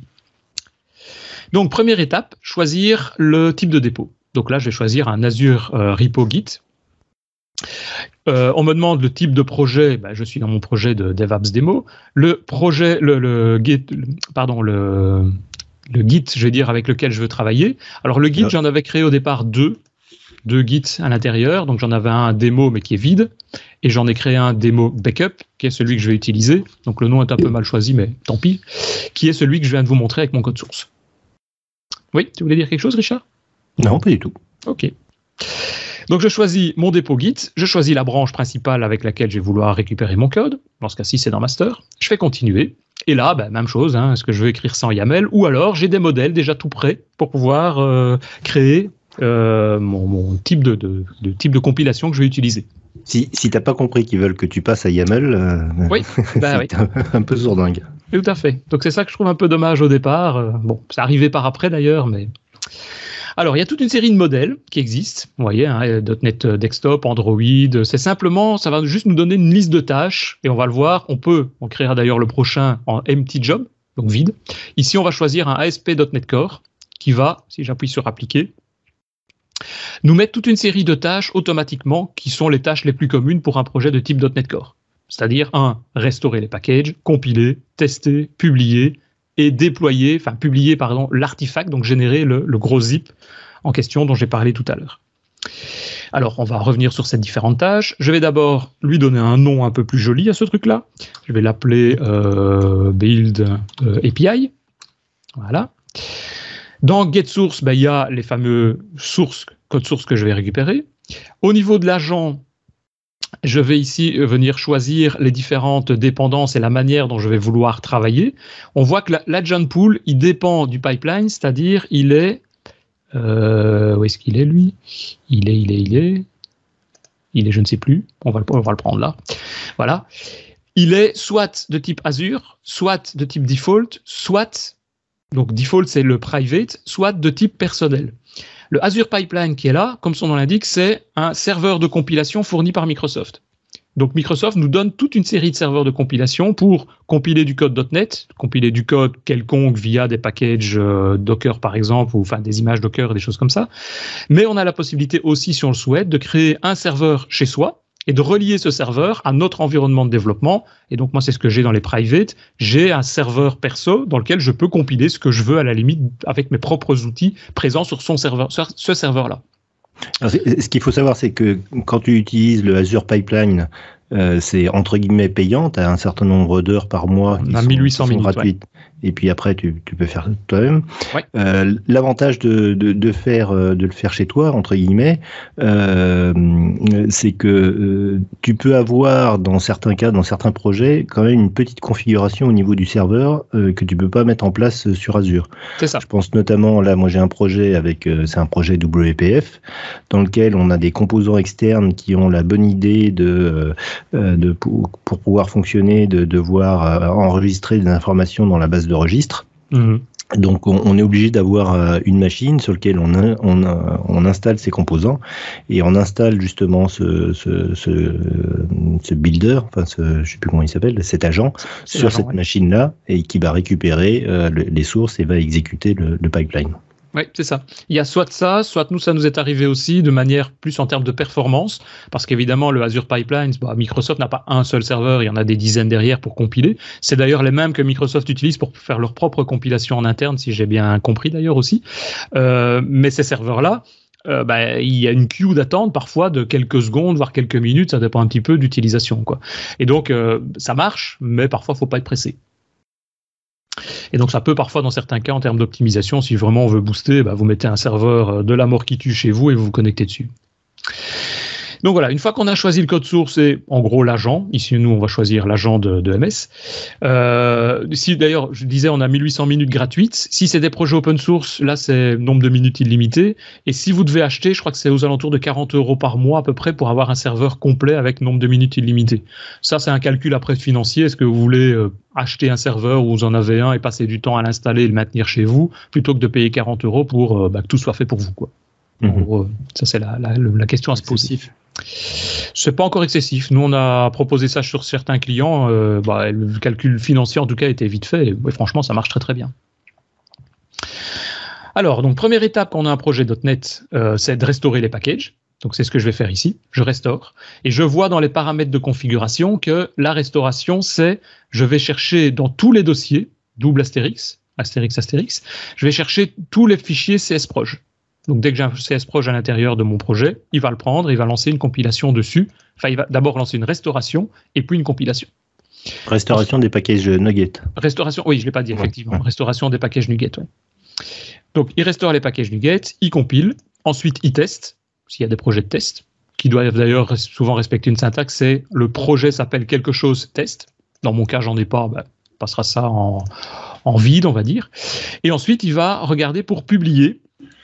Donc première étape, choisir le type de dépôt. Donc là je vais choisir un Azure euh, Repo Git. Euh, on me demande le type de projet, ben, je suis dans mon projet de DevOps démo. Le projet, le, le Git, le, pardon, le le Git, je vais dire, avec lequel je veux travailler. Alors le Git, j'en avais créé au départ deux, deux Gits à l'intérieur. Donc j'en avais un démo, mais qui est vide. Et j'en ai créé un démo backup, qui est celui que je vais utiliser. Donc le nom est un peu mal choisi, mais tant pis. Qui est celui que je viens de vous montrer avec mon code source. Oui, tu voulais dire quelque chose, Richard ? Non, pas du tout. Ok. Donc je choisis mon dépôt Git, je choisis la branche principale avec laquelle je vais vouloir récupérer mon code. Dans ce cas-ci, c'est dans master. Je fais continuer. Et là, ben, même chose, hein, est-ce que je veux écrire ça en YAML ou alors j'ai des modèles déjà tout prêts pour pouvoir euh, créer euh, mon, mon type de, de, de type de compilation que je vais utiliser. Si, si tu n'as pas compris qu'ils veulent que tu passes à YAML, euh, oui, bah, c'est oui. un, un peu sourdingue. Tout à fait. Donc c'est ça que je trouve un peu dommage au départ. Euh, bon, c'est arrivé par après d'ailleurs, mais... Alors, il y a toute une série de modèles qui existent. Vous voyez, hein, .NET Desktop, Android. C'est simplement, ça va juste nous donner une liste de tâches et on va le voir. On peut, on créera d'ailleurs le prochain en empty job, donc vide. Ici, on va choisir un A S P point net Core qui va, si j'appuie sur appliquer, nous mettre toute une série de tâches automatiquement qui sont les tâches les plus communes pour un projet de type .NET Core. C'est-à-dire, un, restaurer les packages, compiler, tester, publier, et déployer, enfin publier pardon, l'artefact, donc générer le, le gros zip en question dont j'ai parlé tout à l'heure. Alors, on va revenir sur ces différentes tâches. Je vais d'abord lui donner un nom un peu plus joli à ce truc-là. Je vais l'appeler euh, build euh, A P I. Voilà. Dans getSource, ben, il y a les fameux sources, code source que je vais récupérer. Au niveau de l'agent, je vais ici venir choisir les différentes dépendances et la manière dont je vais vouloir travailler. On voit que l'agent pool, il dépend du pipeline, c'est-à-dire il est... Euh, où est-ce qu'il est, lui ? Il est, il est, il est... Il est, je ne sais plus. On va, le, on va le prendre là. Voilà. Il est soit de type Azure, soit de type default, soit... Donc default, c'est le private, soit de type personnel. Le Azure Pipeline qui est là, comme son nom l'indique, c'est un serveur de compilation fourni par Microsoft. Donc Microsoft nous donne toute une série de serveurs de compilation pour compiler du code .NET, compiler du code quelconque via des packages euh, Docker par exemple, ou enfin des images Docker et des choses comme ça. Mais on a la possibilité aussi, si on le souhaite, de créer un serveur chez soi et de relier ce serveur à notre environnement de développement. Et donc moi, c'est ce que j'ai dans les private. J'ai un serveur perso dans lequel je peux compiler ce que je veux à la limite avec mes propres outils présents sur son serveur, sur ce serveur-là. Alors, ce qu'il faut savoir, c'est que quand tu utilises le Azure Pipeline, euh, c'est entre guillemets payant. Tu as un certain nombre d'heures par mois qui sont, mille huit cents qui sont minutes, gratuites. Ouais. Et puis après, tu, tu peux faire toi-même. Ouais. Euh, l'avantage de, de, de, faire, de le faire chez toi, entre guillemets, euh, c'est que euh, tu peux avoir, dans certains cas, dans certains projets, quand même une petite configuration au niveau du serveur euh, que tu peux pas mettre en place sur Azure. C'est ça. Je pense notamment, là, moi j'ai un projet avec, euh, c'est un projet W P F, dans lequel on a des composants externes qui ont la bonne idée de, euh, de pour, pour pouvoir fonctionner, de devoir euh, enregistrer des informations dans la base de registre. Mmh. Donc on, on est obligé d'avoir euh, une machine sur laquelle on, a, on, a, on installe ces composants et on installe justement ce, ce, ce, ce builder, enfin ce, je sais plus comment il s'appelle, cet agent c'est sur l'agent, cette ouais. machine-là et qui va récupérer euh, le, les sources et va exécuter le, le pipeline. Oui, c'est ça. Il y a soit ça, soit nous, ça nous est arrivé aussi de manière plus en termes de performance, parce qu'évidemment, le Azure Pipelines, bah, Microsoft n'a pas un seul serveur, il y en a des dizaines derrière pour compiler. C'est d'ailleurs les mêmes que Microsoft utilise pour faire leur propre compilation en interne, si j'ai bien compris d'ailleurs aussi. Euh, mais ces serveurs-là, euh, bah, il y a une queue d'attente parfois de quelques secondes, voire quelques minutes, ça dépend un petit peu d'utilisation, quoi. Et donc, euh, ça marche, mais parfois, il ne faut pas être pressé. Et donc ça peut parfois dans certains cas en termes d'optimisation, si vraiment on veut booster, bah, vous mettez un serveur de la mort qui tue chez vous et vous vous connectez dessus. Donc voilà, une fois qu'on a choisi le code source et en gros l'agent, ici nous on va choisir l'agent de, de M S. Euh, si d'ailleurs je disais on a mille huit cents minutes gratuites, si c'est des projets open source, là c'est nombre de minutes illimité. Et si vous devez acheter, je crois que c'est aux alentours de quarante euros par mois à peu près pour avoir un serveur complet avec nombre de minutes illimité. Ça c'est un calcul après financier. Est-ce que vous voulez euh, acheter un serveur où vous en avez un et passer du temps à l'installer et le maintenir chez vous plutôt que de payer quarante euros pour euh, bah, que tout soit fait pour vous, quoi. En Mmh. gros, ça c'est la, la, la question à se poser. Excessif. C'est pas encore excessif. Nous, on a proposé ça sur certains clients. Euh, bah, le calcul financier, en tout cas, était vite fait. Et, ouais, franchement, ça marche très très bien. Alors, donc première étape quand on a un projet .NET, euh, c'est de restaurer les packages. Donc c'est ce que je vais faire ici. Je restaure et je vois dans les paramètres de configuration que la restauration, c'est je vais chercher dans tous les dossiers double astérix, astérix astérix. Je vais chercher tous les fichiers csproj. Donc, dès que j'ai un csproj à l'intérieur de mon projet, il va le prendre, il va lancer une compilation dessus. Enfin, il va d'abord lancer une restauration et puis une compilation. Restauration des packages Nugget. Restauration, oui, je ne l'ai pas dit, effectivement. Ouais. Restauration des packages Nugget, oui. Donc, il restaure les packages Nugget, il compile, ensuite il teste, s'il y a des projets de test, qui doivent d'ailleurs souvent respecter une syntaxe, c'est le projet s'appelle quelque chose test. Dans mon cas, j'en ai pas, ben, on passera ça en, en vide, on va dire. Et ensuite, il va regarder pour publier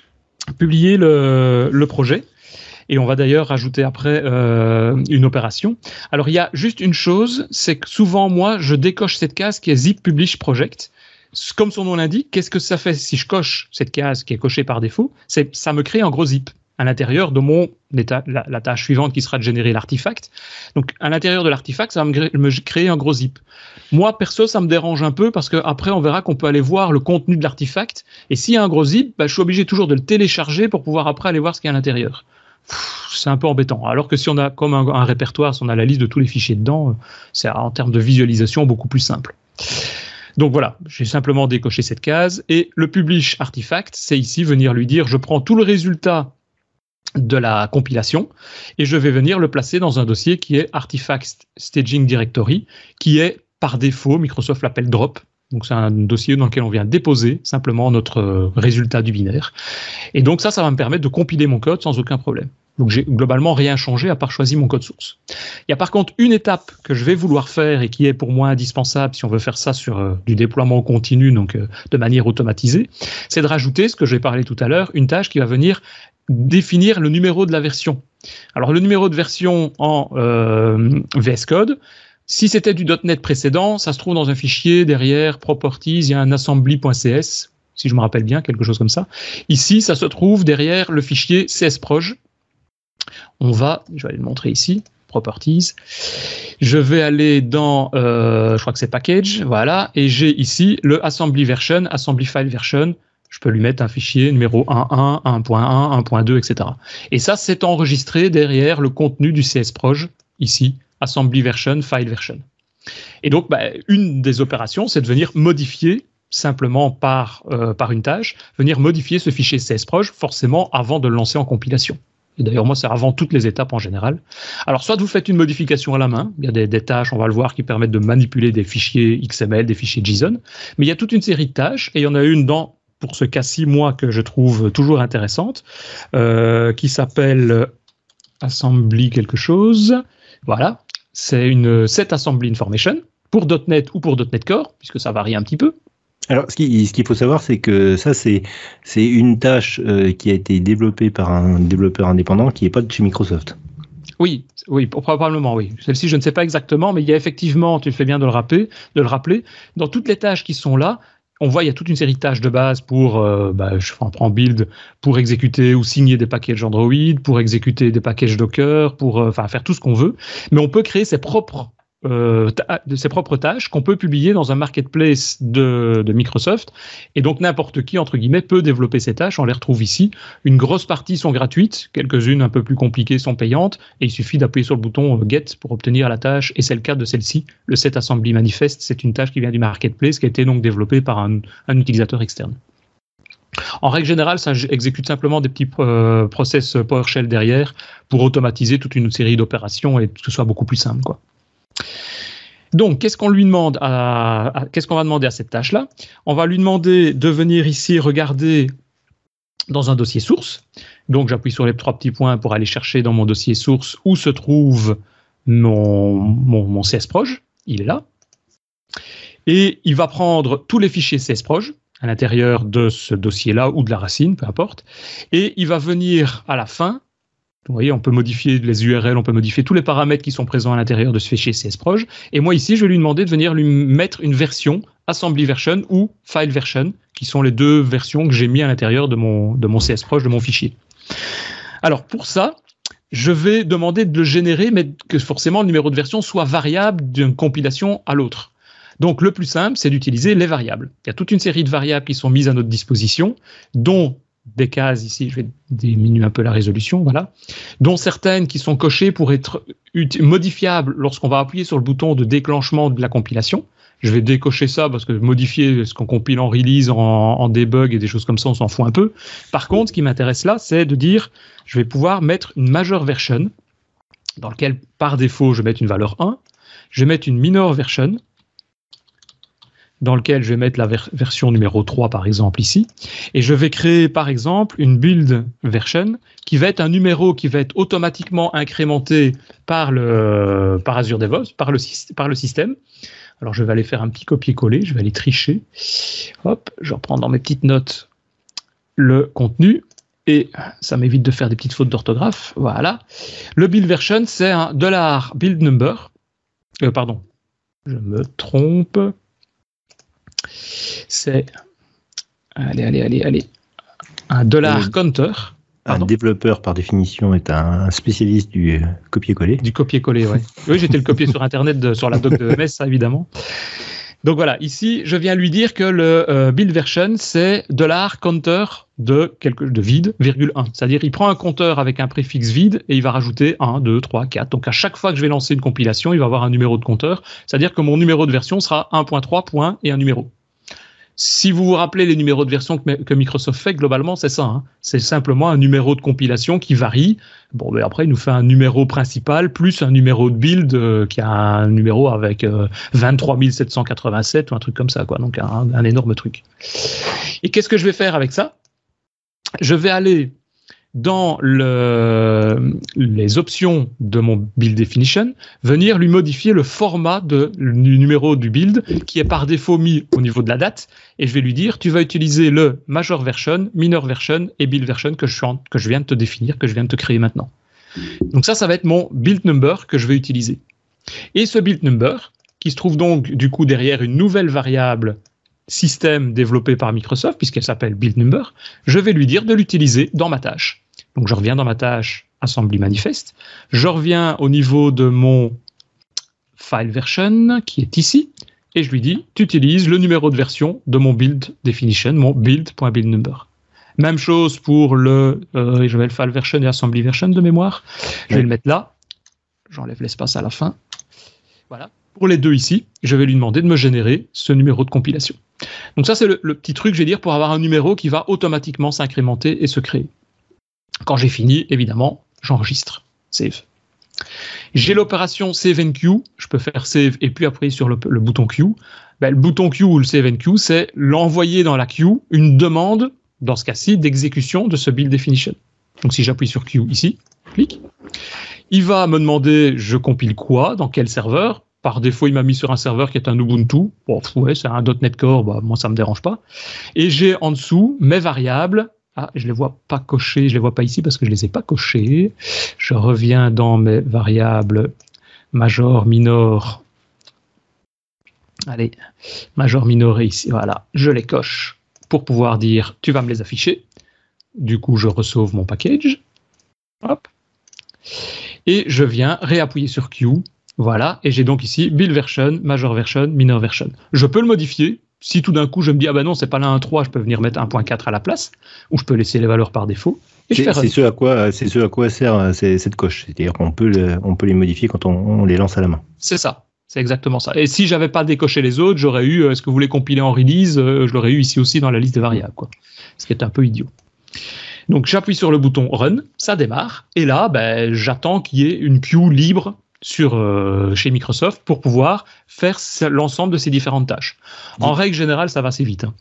publier le, le projet et on va d'ailleurs rajouter après euh, une opération. Alors il y a juste une chose, c'est que souvent moi je décoche cette case qui est Zip Publish Project. Comme son nom l'indique, qu'est-ce que ça fait si je coche cette case qui est cochée par défaut? C'est ça me crée un gros zip à l'intérieur de mon état, la, la tâche suivante qui sera de générer l'artefact. Donc à l'intérieur de l'artefact, ça va me, me créer un gros zip. Moi, perso, ça me dérange un peu parce qu'après, on verra qu'on peut aller voir le contenu de l'artefact. Et s'il y a un gros zip, bah, je suis obligé toujours de le télécharger pour pouvoir après aller voir ce qu'il y a à l'intérieur. C'est un peu embêtant. Alors que si on a comme un, un répertoire, si on a la liste de tous les fichiers dedans, c'est en termes de visualisation beaucoup plus simple. Donc voilà, j'ai simplement décoché cette case. Et le publish artefact, c'est ici venir lui dire, je prends tout le résultat de la compilation et je vais venir le placer dans un dossier qui est Artifact Staging Directory, qui est par défaut, Microsoft l'appelle drop. Donc c'est un dossier dans lequel on vient déposer simplement notre résultat du binaire. Et donc ça, ça va me permettre de compiler mon code sans aucun problème. Donc j'ai globalement rien changé à part choisir mon code source. Il y a par contre une étape que je vais vouloir faire et qui est pour moi indispensable si on veut faire ça sur euh, du déploiement continu, donc euh, de manière automatisée, c'est de rajouter, ce que j'ai parlé tout à l'heure, une tâche qui va venir définir le numéro de la version. Alors le numéro de version en euh, V S Code, si c'était du .NET précédent, ça se trouve dans un fichier derrière Properties, il y a un assembly.cs, si je me rappelle bien, quelque chose comme ça. Ici, ça se trouve derrière le fichier csproj. On va, je vais aller le montrer ici, Properties. Je vais aller dans, euh, je crois que c'est Package, voilà, et j'ai ici le assembly version, assembly file version. Je peux lui mettre un fichier numéro un point un, un point un, un point deux, et cetera. Et ça, c'est enregistré derrière le contenu du csproj, ici, assembly version, file version. Et donc, bah, une des opérations, c'est de venir modifier simplement par, euh, par une tâche, venir modifier ce fichier csproj, forcément avant de le lancer en compilation. Et d'ailleurs, moi, c'est avant toutes les étapes en général. Alors, soit vous faites une modification à la main, il y a des, des tâches, on va le voir, qui permettent de manipuler des fichiers X M L, des fichiers JSON, mais il y a toute une série de tâches, et il y en a une dans pour ce cas-ci, moi, que je trouve toujours intéressante, euh, qui s'appelle Assembly quelque chose. Voilà, c'est une set Assembly Information pour .NET ou pour .NET Core, puisque ça varie un petit peu. Alors, ce qu'il ce qu'il faut savoir, c'est que ça, c'est c'est une tâche euh, qui a été développée par un développeur indépendant qui n'est pas de chez Microsoft. Oui, oui, probablement, oui. Celle-ci, je ne sais pas exactement, mais il y a effectivement, tu fais bien de le rappeler, de le rappeler, dans toutes les tâches qui sont là, on voit il y a toute une série de tâches de base pour, euh, bah, je prends build, pour exécuter ou signer des packages Android, pour exécuter des packages Docker, pour euh, enfin faire tout ce qu'on veut. Mais on peut créer ses propres euh, de ses propres tâches qu'on peut publier dans un marketplace de, de Microsoft. Et donc, n'importe qui, entre guillemets, peut développer ces tâches. On les retrouve ici. Une grosse partie sont gratuites. Quelques-unes un peu plus compliquées sont payantes. Et il suffit d'appuyer sur le bouton Get pour obtenir la tâche. Et c'est le cas de celle-ci. Le Set Assembly Manifest, c'est une tâche qui vient du marketplace qui a été donc développée par un, un utilisateur externe. En règle générale, ça exécute simplement des petits euh, process PowerShell derrière pour automatiser toute une série d'opérations et que ce soit beaucoup plus simple, quoi. Donc, qu'est-ce qu'on lui demande à, à, qu'est-ce qu'on va demander à cette tâche-là? On va lui demander de venir ici regarder dans un dossier source. Donc, j'appuie sur les trois petits points pour aller chercher dans mon dossier source où se trouve mon, mon, mon csproj. Il est là. Et il va prendre tous les fichiers csproj à l'intérieur de ce dossier-là ou de la racine, peu importe. Et il va venir à la fin. Vous voyez, on peut modifier les U R L, on peut modifier tous les paramètres qui sont présents à l'intérieur de ce fichier csproj. Et moi, ici, je vais lui demander de venir lui mettre une version assembly version ou file version, qui sont les deux versions que j'ai mis à l'intérieur de mon, de mon csproj, de mon fichier. Alors, pour ça, je vais demander de le générer, mais que forcément le numéro de version soit variable d'une compilation à l'autre. Donc, le plus simple, c'est d'utiliser les variables. Il y a toute une série de variables qui sont mises à notre disposition, dont des cases ici, je vais diminuer un peu la résolution, voilà, dont certaines qui sont cochées pour être modifiables lorsqu'on va appuyer sur le bouton de déclenchement de la compilation. Je vais décocher ça parce que modifier ce qu'on compile en release, en, en debug et des choses comme ça, on s'en fout un peu. Par contre, ce qui m'intéresse là, c'est de dire, je vais pouvoir mettre une major version, dans laquelle par défaut, je vais mettre une valeur un, je vais mettre une minor version, dans lequel je vais mettre la ver- version numéro trois, par exemple, ici. Et je vais créer, par exemple, une build version qui va être un numéro qui va être automatiquement incrémenté par, le, par Azure DevOps, par le, par le système. Alors, je vais aller faire un petit copier-coller, je vais aller tricher. Hop, je reprends dans mes petites notes le contenu. Et ça m'évite de faire des petites fautes d'orthographe. Voilà. Le build version, c'est un dollar build number. Euh, pardon, je me trompe. C'est, allez, allez, allez, allez, un dollar euh, counter. Pardon. Un développeur, par définition, est un spécialiste du euh, copier-coller. Du copier-coller, oui. Oui, j'étais le copier sur Internet, de, sur la doc de E M S, ça, évidemment. Donc voilà, ici, je viens lui dire que le euh, build version, c'est dollar counter de, quelque, de vide, virgule un. C'est-à-dire, il prend un compteur avec un préfixe vide et il va rajouter un, deux, trois, quatre. Donc, à chaque fois que je vais lancer une compilation, il va avoir un numéro de compteur. C'est-à-dire que mon numéro de version sera un point trois point et un numéro. Si vous vous rappelez les numéros de version que, que Microsoft fait, globalement, c'est ça. Hein. C'est simplement un numéro de compilation qui varie. Bon, mais après, il nous fait un numéro principal plus un numéro de build euh, qui a un numéro avec euh, vingt-trois mille sept cent quatre-vingt-sept ou un truc comme ça, quoi. Donc, un, un énorme truc. Et qu'est-ce que je vais faire avec ça? Je vais aller dans le, les options de mon build definition, venir lui modifier le format de, du numéro du build qui est par défaut mis au niveau de la date, et je vais lui dire tu vas utiliser le major version, minor version et build version que je, suis en, que je viens de te définir, que je viens de te créer maintenant. Donc ça, ça va être mon build number que je vais utiliser. Et ce build number, qui se trouve donc du coup derrière une nouvelle variable système développé par Microsoft, puisqu'elle s'appelle build number, je vais lui dire de l'utiliser dans ma tâche. Donc je reviens dans ma tâche assembly manifest, je reviens au niveau de mon file version qui est ici, et je lui dis tu utilises le numéro de version de mon build definition, mon build.buildNumber. Même chose pour le, euh, je vais le file version et assembly version de mémoire, je vais le mettre là, j'enlève l'espace à la fin, voilà. Pour les deux ici, je vais lui demander de me générer ce numéro de compilation. Donc ça, c'est le, le petit truc, je vais dire, pour avoir un numéro qui va automatiquement s'incrémenter et se créer. Quand j'ai fini, évidemment, j'enregistre. Save. J'ai l'opération Save and Queue. Je peux faire Save et puis appuyer sur le, le bouton Queue. Ben, le bouton Queue ou le Save and Queue, c'est l'envoyer dans la queue une demande, dans ce cas-ci, d'exécution de ce build definition. Donc si j'appuie sur Queue ici, clique, il va me demander je compile quoi, dans quel serveur. Par défaut, il m'a mis sur un serveur qui est un Ubuntu. Bon, ouais, c'est un .NET Core, bah, moi, ça ne me dérange pas. Et j'ai en dessous mes variables. Ah, je ne les vois pas cochées, je ne les vois pas ici parce que je ne les ai pas cochées. Je reviens dans mes variables major, minor. Allez, major, minor ici, voilà. Je les coche pour pouvoir dire tu vas me les afficher. Du coup, je resauve mon package. Hop. Et je viens réappuyer sur Queue. Voilà, et j'ai donc ici build version, major version, minor version. Je peux le modifier. Si tout d'un coup je me dis ah ben non c'est pas là un trois, je peux venir mettre un point quatre à la place, ou je peux laisser les valeurs par défaut. Et C'est je fais run. c'est ce à quoi, c'est ce à quoi sert c'est- cette coche. C'est-à-dire qu'on peut, le- on peut les modifier quand on, on les lance à la main. C'est ça, c'est exactement ça. Et si j'avais pas décoché les autres, j'aurais eu euh, est-ce que vous voulez compiler en release, euh, je l'aurais eu ici aussi dans la liste des variables, quoi. Ce qui est un peu idiot. Donc j'appuie sur le bouton run, ça démarre, et là ben, j'attends qu'il y ait une queue libre sur euh, chez Microsoft pour pouvoir faire ce- l'ensemble de ces différentes tâches. En règle générale, ça va assez vite. Hein.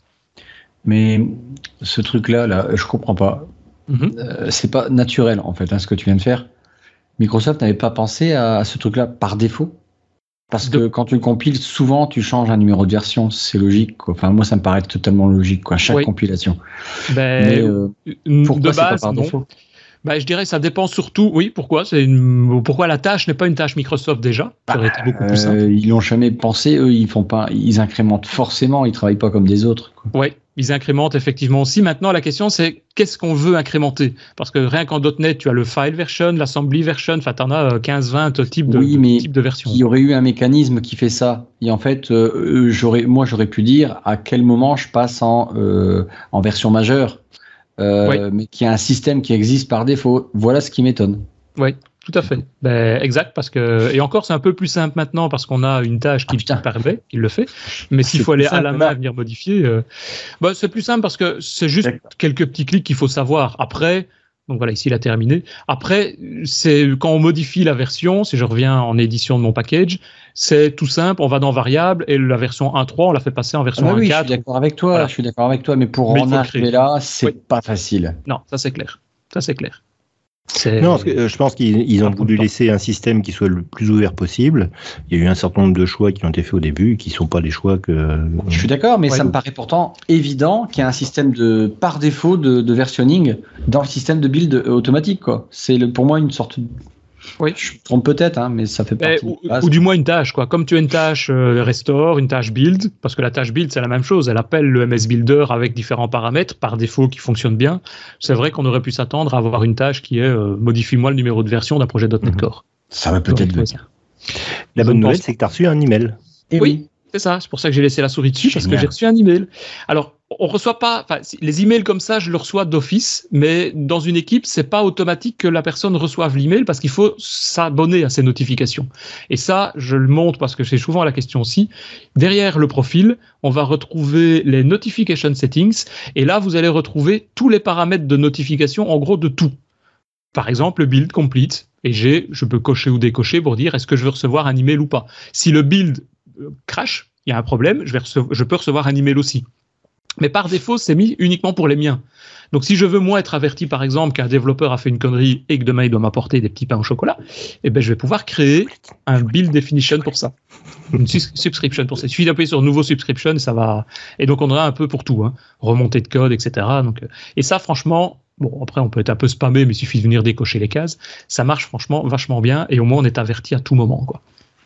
Mais ce truc-là, là, je comprends pas. Mhm. Euh, c'est pas naturel, en fait, hein, ce que tu viens de faire. Microsoft n'avait pas pensé à, à ce truc-là par défaut. Parce De- que quand tu le compiles, souvent, tu changes un numéro de version. C'est logique, quoi. Enfin, moi, ça me paraît totalement logique, quoi, chaque Oui. compilation. Ben, Mais euh, n- pourquoi de c'est pas base, par non. défaut? Ben, je dirais que ça dépend surtout, oui, pourquoi c'est une- pourquoi la tâche n'est pas une tâche Microsoft déjà, ça aurait été beaucoup plus simple. Euh, ils l'ont jamais pensé. Eux, ils font pas. Ils incrémentent forcément. Ils travaillent pas comme des autres, quoi. Oui, ils incrémentent effectivement aussi. Maintenant, la question, c'est qu'est-ce qu'on veut incrémenter? Parce que rien qu'en .NET, tu as le file version, l'assembly version, enfin, tu en as euh, quinze vingt types de, Oui, de- mais types de versions. Il y aurait eu un mécanisme qui fait ça. Et en fait, euh, euh, j'aurais, moi, j'aurais pu dire à quel moment je passe en, euh, en version majeure, euh, Oui. mais qu'il y a un système qui existe par défaut. Voilà ce qui m'étonne. Oui, tout à fait. Ben, exact, parce que et encore c'est un peu plus simple maintenant parce qu'on a une tâche qui Ah, putain. le permet, qui le fait. Mais s'il C'est faut plus aller à la simple, main là. venir modifier, euh, ben, c'est plus simple parce que c'est juste D'accord. quelques petits clics qu'il faut savoir. Après, donc voilà, ici il a terminé. Après, c'est quand on modifie la version, si je reviens en édition de mon package, c'est tout simple. On va dans variable et la version un point trois, on la fait passer en Ah version bah oui, je suis un point quatre. d'accord avec toi. Voilà. Je suis d'accord avec toi. Mais pour Mais il en faut le arriver créer. là, c'est Oui. pas facile. Non, ça c'est clair. Ça c'est clair. C'est- Non, parce que, euh, je pense qu'ils ils ont Ça prend voulu du temps. laisser un système qui soit le plus ouvert possible. Il y a eu un certain nombre de choix qui ont été faits au début, qui ne sont pas des choix que. Je suis d'accord, mais Ouais. ça me paraît pourtant évident qu'il y a un système de par défaut de, de versionning dans le système de build euh, automatique, quoi. C'est le- pour moi une sorte. de- Oui. Je me trompe peut-être, hein, mais ça fait Eh, partie. ou, de la base. ou du moins une tâche, quoi. Comme tu as une tâche euh, restore, une tâche build, parce que la tâche build c'est la même chose, elle appelle le M S Builder avec différents paramètres par défaut qui fonctionnent bien. C'est vrai qu'on aurait pu s'attendre à avoir une tâche qui est euh, modifie-moi le numéro de version d'un projet .NET Mhm. Core. Ça va J'aurais peut-être trouvé venir. ça. La Je bonne ne nouvelle, pense c'est que tu as reçu un email. Eh Oui. C'est ça, c'est pour ça que j'ai laissé la souris dessus, parce que Génial. j'ai reçu un email. Alors, on reçoit pas, enfin, si- les emails comme ça, je le reçois d'office, mais dans une équipe, c'est pas automatique que la personne reçoive l'email parce qu'il faut s'abonner à ces notifications. Et ça, je le montre parce que c'est souvent la question aussi. Derrière le profil, on va retrouver les notification settings, et là, vous allez retrouver tous les paramètres de notification, en gros, de tout. Par exemple, le build complete, et j'ai, je peux cocher ou décocher pour dire est-ce que je veux recevoir un email ou pas. Si le build euh, crash, il y a un problème, je, vais recevoir, je peux recevoir un email aussi. Mais par défaut, c'est mis uniquement pour les miens. Donc, si je veux, moi, être averti, par exemple, qu'un développeur a fait une connerie et que demain, il doit m'apporter des petits pains au chocolat, eh ben, je vais pouvoir créer un build definition pour ça. Une sus- subscription pour ça. Il suffit d'appuyer sur nouveau subscription et ça va. Et donc, on aura un peu pour tout, hein. Remontée de code, et cetera. Donc, euh, et ça, franchement, bon, après, on peut être un peu spammé, mais il suffit de venir décocher les cases. Ça marche, franchement, vachement bien. Et au moins, on est averti à tout moment, quoi.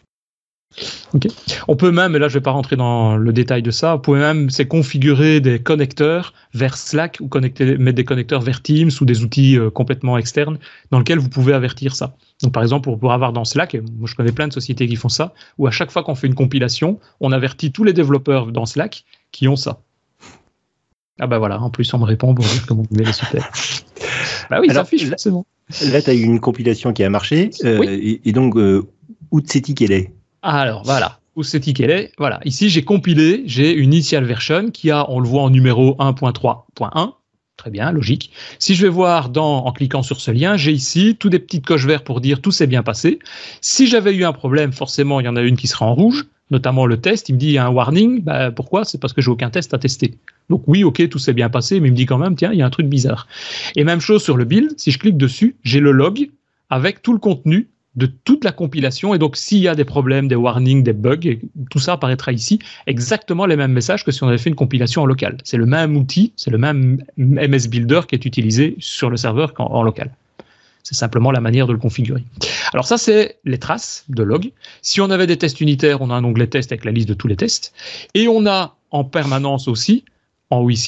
Okay. On peut même, et là je ne vais pas rentrer dans le détail de ça, on peut même c'est configurer des connecteurs vers Slack ou connecter, mettre des connecteurs vers Teams ou des outils euh, complètement externes dans lesquels vous pouvez avertir ça. Donc par exemple, pour pouvoir avoir dans Slack, et moi je connais plein de sociétés qui font ça, où à chaque fois qu'on fait une compilation, on avertit tous les développeurs dans Slack qui ont ça. Ah bah voilà, en plus on me répond pour dire que mon email est super. Bah oui, Alors, ça fiche là- forcément. Là, tu as eu une compilation qui a marché. euh, Oui. et, et donc, euh, où sais-tu qu'elle est? Alors voilà, où c'est-il qu'elle est? Voilà, ici j'ai compilé, j'ai une initial version qui a, on le voit en numéro un point trois point un. Très bien, logique. Si je vais voir dans, en cliquant sur ce lien, j'ai ici toutes des petites coches vertes pour dire tout s'est bien passé. Si j'avais eu un problème, forcément, il y en a une qui sera en rouge, notamment le test. Il me dit il y a un warning. Bah, pourquoi? C'est parce que j'ai aucun test à tester. Donc oui, ok, tout s'est bien passé, mais il me dit quand même, tiens, il y a un truc bizarre. Et même chose sur le build. Si je clique dessus, j'ai le log avec tout le contenu de toute la compilation. Et donc, s'il y a des problèmes, des warnings, des bugs, et tout ça apparaîtra ici, exactement les mêmes messages que si on avait fait une compilation en local. C'est le même outil, c'est le même M S Builder qui est utilisé sur le serveur qu'en en local. C'est simplement la manière de le configurer. Alors ça, c'est les traces de log. Si on avait des tests unitaires, on a un onglet test avec la liste de tous les tests. Et on a en permanence aussi, en haut ici,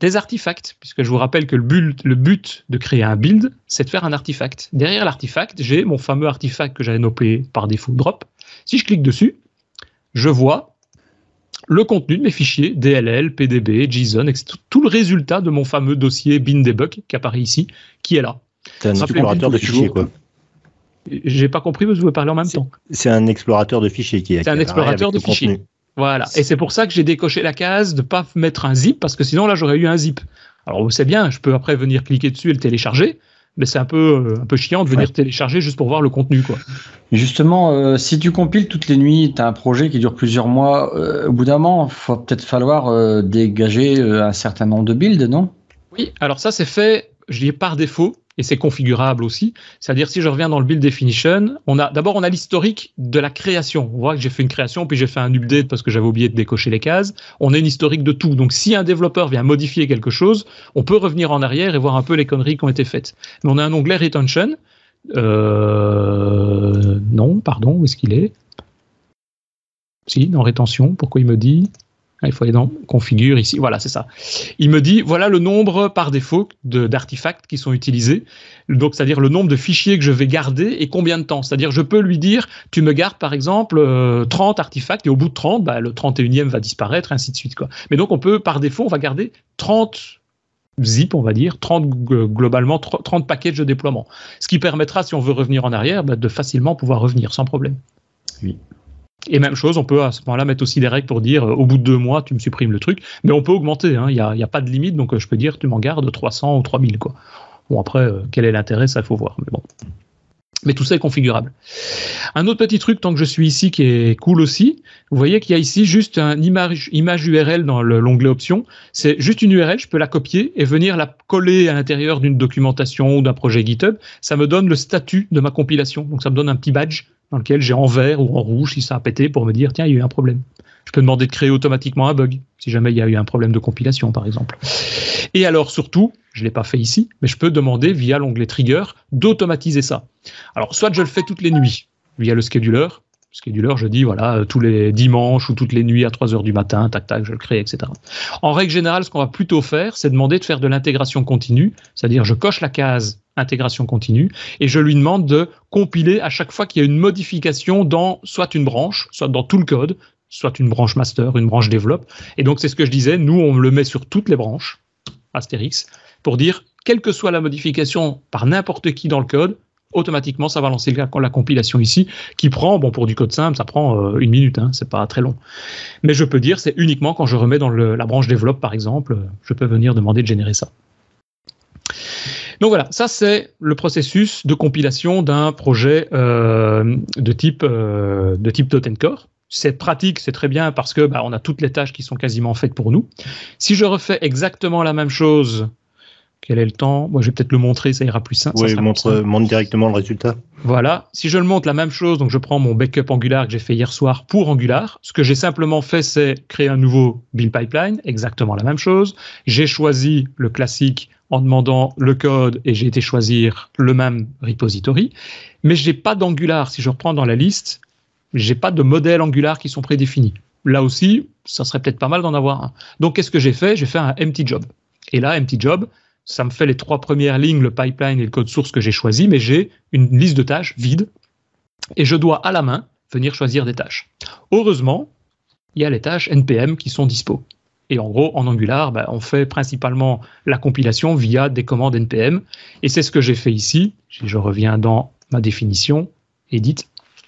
des artefacts, puisque je vous rappelle que le but, le but de créer un build, c'est de faire un artefact. Derrière l'artefact, j'ai mon fameux artefact que j'avais nommé par défaut drop. Si je clique dessus, je vois le contenu de mes fichiers D L L, P D B, JSON, et cetera. Tout le résultat de mon fameux dossier bin-debug qui apparaît ici, qui est là. C'est un explorateur de fichiers, quoi. J'ai pas compris, parce que vous parlez en même temps. C'est un explorateur de fichiers qui est. C'est un explorateur de fichiers. Contenu. Voilà. Et c'est pour ça que j'ai décoché la case de ne pas mettre un zip, parce que sinon, là, j'aurais eu un zip. Alors, c'est bien, je peux après venir cliquer dessus et le télécharger, mais c'est un peu, un peu chiant de venir ouais. télécharger juste pour voir le contenu, quoi. Justement, euh, si tu compiles toutes les nuits, tu as un projet qui dure plusieurs mois, euh, au bout d'un moment, il faut peut-être falloir euh, dégager euh, un certain nombre de builds, non? Oui, alors ça, c'est fait, je dis par défaut. Et c'est configurable aussi. C'est-à-dire, si je reviens dans le build definition, on a, d'abord, on a l'historique de la création. On voit que j'ai fait une création, puis j'ai fait un update parce que j'avais oublié de décocher les cases. On a une historique de tout. Donc, si un développeur vient modifier quelque chose, on peut revenir en arrière et voir un peu les conneries qui ont été faites. Mais on a un onglet retention. Euh, non, pardon, où est-ce qu'il est? Si, dans rétention. Pourquoi il me dit? Il faut aller dans configure ici, voilà, c'est ça. Il me dit, voilà le nombre par défaut de, d'artefacts qui sont utilisés, donc c'est-à-dire le nombre de fichiers que je vais garder et combien de temps. C'est-à-dire, je peux lui dire, tu me gardes par exemple euh, trente artefacts et au bout de trente, bah, le trente et unième va disparaître, ainsi de suite, quoi. Mais donc on peut, par défaut, on va garder trente zip, on va dire, trente globalement, trente packages de déploiement. Ce qui permettra, si on veut revenir en arrière, bah, de facilement pouvoir revenir sans problème. Oui. Et même chose, on peut à ce moment-là mettre aussi des règles pour dire euh, au bout de deux mois, tu me supprimes le truc, mais on peut augmenter, il hein, n'y a, y a pas de limite, donc euh, je peux dire tu m'en gardes trois cents ou trois mille, quoi. Bon, après, euh, quel est l'intérêt, ça il faut voir, mais bon. Mais tout ça est configurable. Un autre petit truc, tant que je suis ici, qui est cool aussi, vous voyez qu'il y a ici juste une image, image U R L dans le, l'onglet options. C'est juste une U R L, je peux la copier et venir la coller à l'intérieur d'une documentation ou d'un projet GitHub. Ça me donne le statut de ma compilation, donc ça me donne un petit badge dans lequel j'ai en vert ou en rouge si ça a pété pour me dire tiens, il y a eu un problème. Je peux demander de créer automatiquement un bug si jamais il y a eu un problème de compilation par exemple. Et alors surtout, je ne l'ai pas fait ici, mais je peux demander via l'onglet trigger d'automatiser ça. Alors soit je le fais toutes les nuits via le scheduler. Scheduler, je dis voilà, tous les dimanches ou toutes les nuits à trois heures du matin, tac tac, je le crée, et cetera. En règle générale, ce qu'on va plutôt faire, c'est demander de faire de l'intégration continue, c'est-à-dire je coche la case intégration continue et je lui demande de compiler à chaque fois qu'il y a une modification dans soit une branche, soit dans tout le code, soit une branche master, une branche développe. Et donc c'est ce que je disais, nous on le met sur toutes les branches, Astérix, pour dire quelle que soit la modification par n'importe qui dans le code, automatiquement, ça va lancer la, la compilation ici, qui prend, bon, pour du code simple, ça prend euh, une minute, hein, c'est pas très long. Mais je peux dire, c'est uniquement quand je remets dans le, la branche développe, par exemple, je peux venir demander de générer ça. Donc voilà, ça c'est le processus de compilation d'un projet euh, de type euh, de type .NET C'est pratique, c'est très bien parce que bah, on a toutes les tâches qui sont quasiment faites pour nous. Si je refais exactement la même chose, quel est le temps? Moi, je vais peut-être le montrer, ça ira plus simple. Oui, montre, montre directement le résultat. Voilà. Si je le montre la même chose, donc je prends mon backup Angular que j'ai fait hier soir pour Angular. Ce que j'ai simplement fait, c'est créer un nouveau build pipeline, exactement la même chose. J'ai choisi le classique en demandant le code et j'ai été choisir le même repository. Mais je n'ai pas d'Angular. Si je reprends dans la liste, j'ai pas de modèles Angular qui sont prédéfinis. Là aussi, ça serait peut-être pas mal d'en avoir un. Donc, qu'est-ce que j'ai fait? J'ai fait un empty job. Et là, empty job, ça me fait les trois premières lignes, le pipeline et le code source que j'ai choisi, mais j'ai une liste de tâches vide et je dois à la main venir choisir des tâches. Heureusement, il y a les tâches N P M qui sont dispo. Et en gros, en Angular, ben, on fait principalement la compilation via des commandes N P M. Et c'est ce que j'ai fait ici. Je reviens dans ma définition, edit.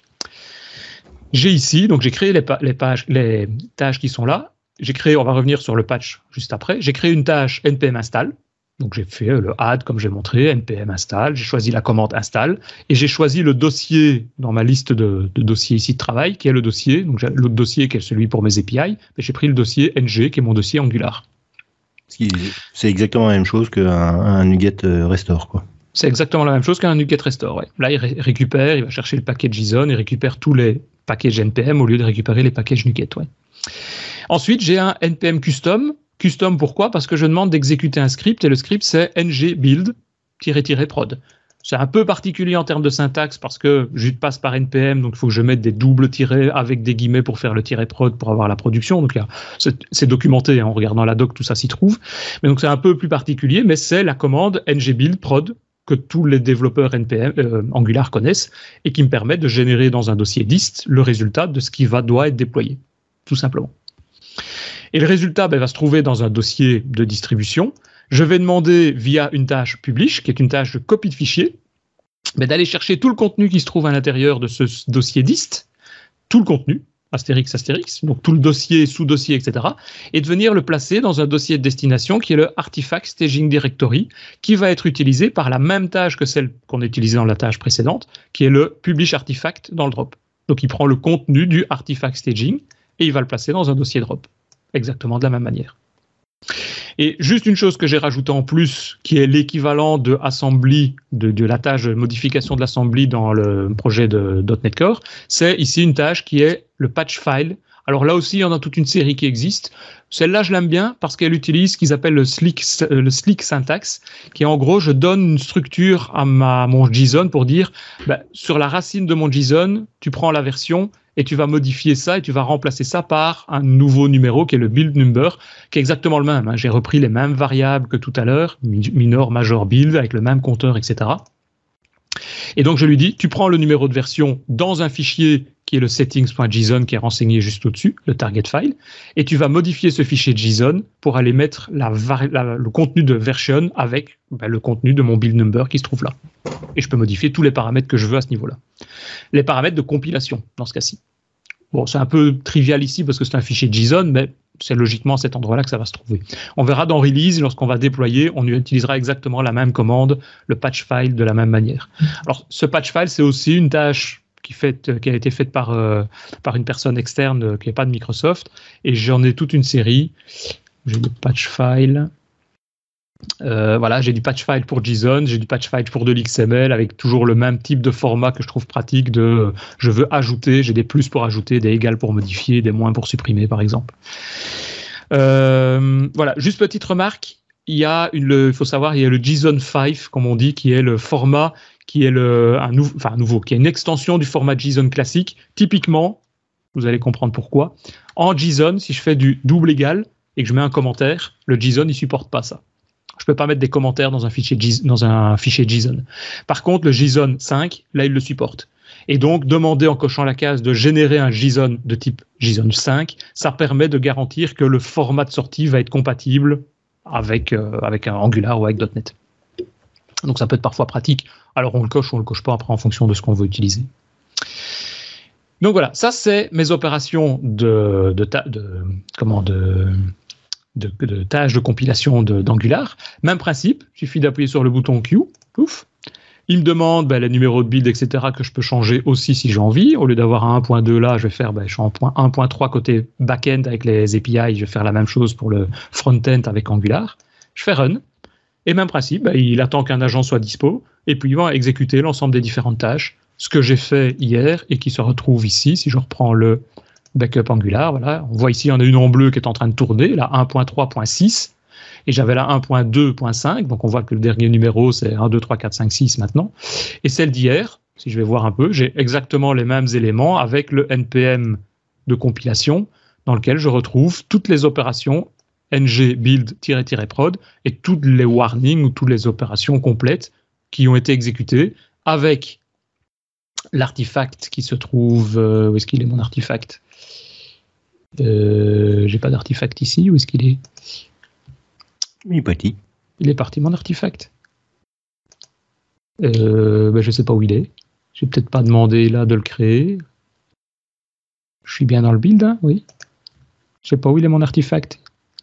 J'ai ici, donc j'ai créé les, pa- les, pages, les tâches qui sont là. J'ai créé, on va revenir sur le patch juste après. J'ai créé une tâche N P M install. Donc j'ai fait le add comme j'ai montré, N P M install. J'ai choisi la commande install et j'ai choisi le dossier dans ma liste de, de dossiers ici de travail, qui est le dossier. Donc j'ai l'autre dossier qui est celui pour mes A P I, mais j'ai pris le dossier N G qui est mon dossier Angular. C'est exactement la même chose qu'un un NuGet restore, quoi. C'est exactement la même chose qu'un NuGet restore. Ouais. Là, il ré- récupère, il va chercher le package JSON, il récupère tous les packages N P M au lieu de récupérer les packages NuGet. Ouais. Ensuite, j'ai un N P M custom. Custom, pourquoi? Parce que je demande d'exécuter un script et le script, c'est ng build-prod. C'est un peu particulier en termes de syntaxe parce que je passe par N P M, donc il faut que je mette des doubles tirets avec des guillemets pour faire le tiret prod pour avoir la production. Donc là, c'est, c'est documenté, hein, en regardant la doc, tout ça s'y trouve. Mais donc c'est un peu plus particulier, mais c'est la commande ngbuild prod que tous les développeurs N P M euh, Angular connaissent et qui me permet de générer dans un dossier dist le résultat de ce qui va doit être déployé, tout simplement. Et le résultat ben, va se trouver dans un dossier de distribution. Je vais demander via une tâche publish, qui est une tâche de copie de fichier, ben, d'aller chercher tout le contenu qui se trouve à l'intérieur de ce dossier dist, tout le contenu, astérix, astérix, donc tout le dossier, sous-dossier, et cetera, et de venir le placer dans un dossier de destination qui est le Artifact Staging Directory, qui va être utilisé par la même tâche que celle qu'on a utilisée dans la tâche précédente, qui est le Publish Artifact dans le drop. Donc il prend le contenu du Artifact Staging et il va le placer dans un dossier drop, exactement de la même manière. Et juste une chose que j'ai rajoutée en plus, qui est l'équivalent de assembly, de, de la tâche de modification de l'assembly dans le projet de .NET Core, c'est ici une tâche qui est le patch file. Alors là aussi, il y en a toute une série qui existe. Celle-là, je l'aime bien parce qu'elle utilise ce qu'ils appellent le slick, le slick syntax, qui est en gros, je donne une structure à, ma, à mon JSON pour dire, ben, sur la racine de mon JSON, tu prends la version et tu vas modifier ça et tu vas remplacer ça par un nouveau numéro qui est le build number, qui est exactement le même. Hein. J'ai repris les mêmes variables que tout à l'heure, minor, major, build, avec le même compteur, et cetera. Et donc, je lui dis, tu prends le numéro de version dans un fichier qui est le settings.json qui est renseigné juste au-dessus, le target file, et tu vas modifier ce fichier JSON pour aller mettre la la, le contenu de version avec ben, le contenu de mon build number qui se trouve là. Et je peux modifier tous les paramètres que je veux à ce niveau-là. Les paramètres de compilation, dans ce cas-ci. Bon, c'est un peu trivial ici parce que c'est un fichier JSON, mais c'est logiquement à cet endroit-là que ça va se trouver. On verra dans Release, lorsqu'on va déployer, on utilisera exactement la même commande, le patch file, de la même manière. Alors, ce patch file, c'est aussi une tâche qui, fait, qui a été faite par, euh, par une personne externe euh, qui n'est pas de Microsoft, et j'en ai toute une série. J'ai le patch file. Euh, voilà, j'ai du patch file pour JSON, j'ai du patch file pour de l'X M L avec toujours le même type de format que je trouve pratique de euh, je veux ajouter, j'ai des plus pour ajouter, des égales pour modifier, des moins pour supprimer par exemple. Euh, voilà, juste petite remarque, il y a une, le, il faut savoir, il y a le JSON cinq comme on dit, qui est le format qui est le, un, nou, enfin, un nouveau, qui est une extension du format JSON classique. Typiquement, vous allez comprendre pourquoi, en JSON, si je fais du double égal et que je mets un commentaire, le JSON il supporte pas ça. Je peux pas mettre des commentaires dans un fichier JSON, dans un fichier JSON. Par contre, le JSON cinq, là, il le supporte. Et donc, demander en cochant la case de générer un JSON de type JSON cinq, ça permet de garantir que le format de sortie va être compatible avec, euh, avec un Angular ou avec .NET. Donc, ça peut être parfois pratique. Alors, on le coche ou on le coche pas après en fonction de ce qu'on veut utiliser. Donc voilà, ça c'est mes opérations de, de, de, de comment de De, de tâches de compilation de, d'Angular. Même principe, il suffit d'appuyer sur le bouton Q, pouf. Il me demande ben, les numéros de build, et cetera que je peux changer aussi si j'ai envie. Au lieu d'avoir un un point deux là, je vais faire, ben, je suis en point un point trois côté back-end avec les A P I, je vais faire la même chose pour le front-end avec Angular. Je fais run. Et même principe, ben, il attend qu'un agent soit dispo et puis il va exécuter l'ensemble des différentes tâches. Ce que j'ai fait hier et qui se retrouve ici, si je reprends le backup Angular, voilà. On voit ici, il y en a une en bleu qui est en train de tourner, la un point trois point six, et j'avais la un point deux point cinq, donc on voit que le dernier numéro, c'est un, deux, trois, quatre, cinq, six maintenant. Et celle d'hier, si je vais voir un peu, j'ai exactement les mêmes éléments avec le N P M de compilation, dans lequel je retrouve toutes les opérations ng build-prod et toutes les warnings ou toutes les opérations complètes qui ont été exécutées avec l'artefact qui se trouve... Euh, où est-ce qu'il est mon artefact ? Euh, j'ai pas d'artefact ici, où est-ce qu'il est? Il est parti. Il est parti, mon artefact. Euh, ben je sais pas où il est. Je vais peut-être pas demander là de le créer. Je suis bien dans le build, hein, oui. Je sais pas où il est mon artefact.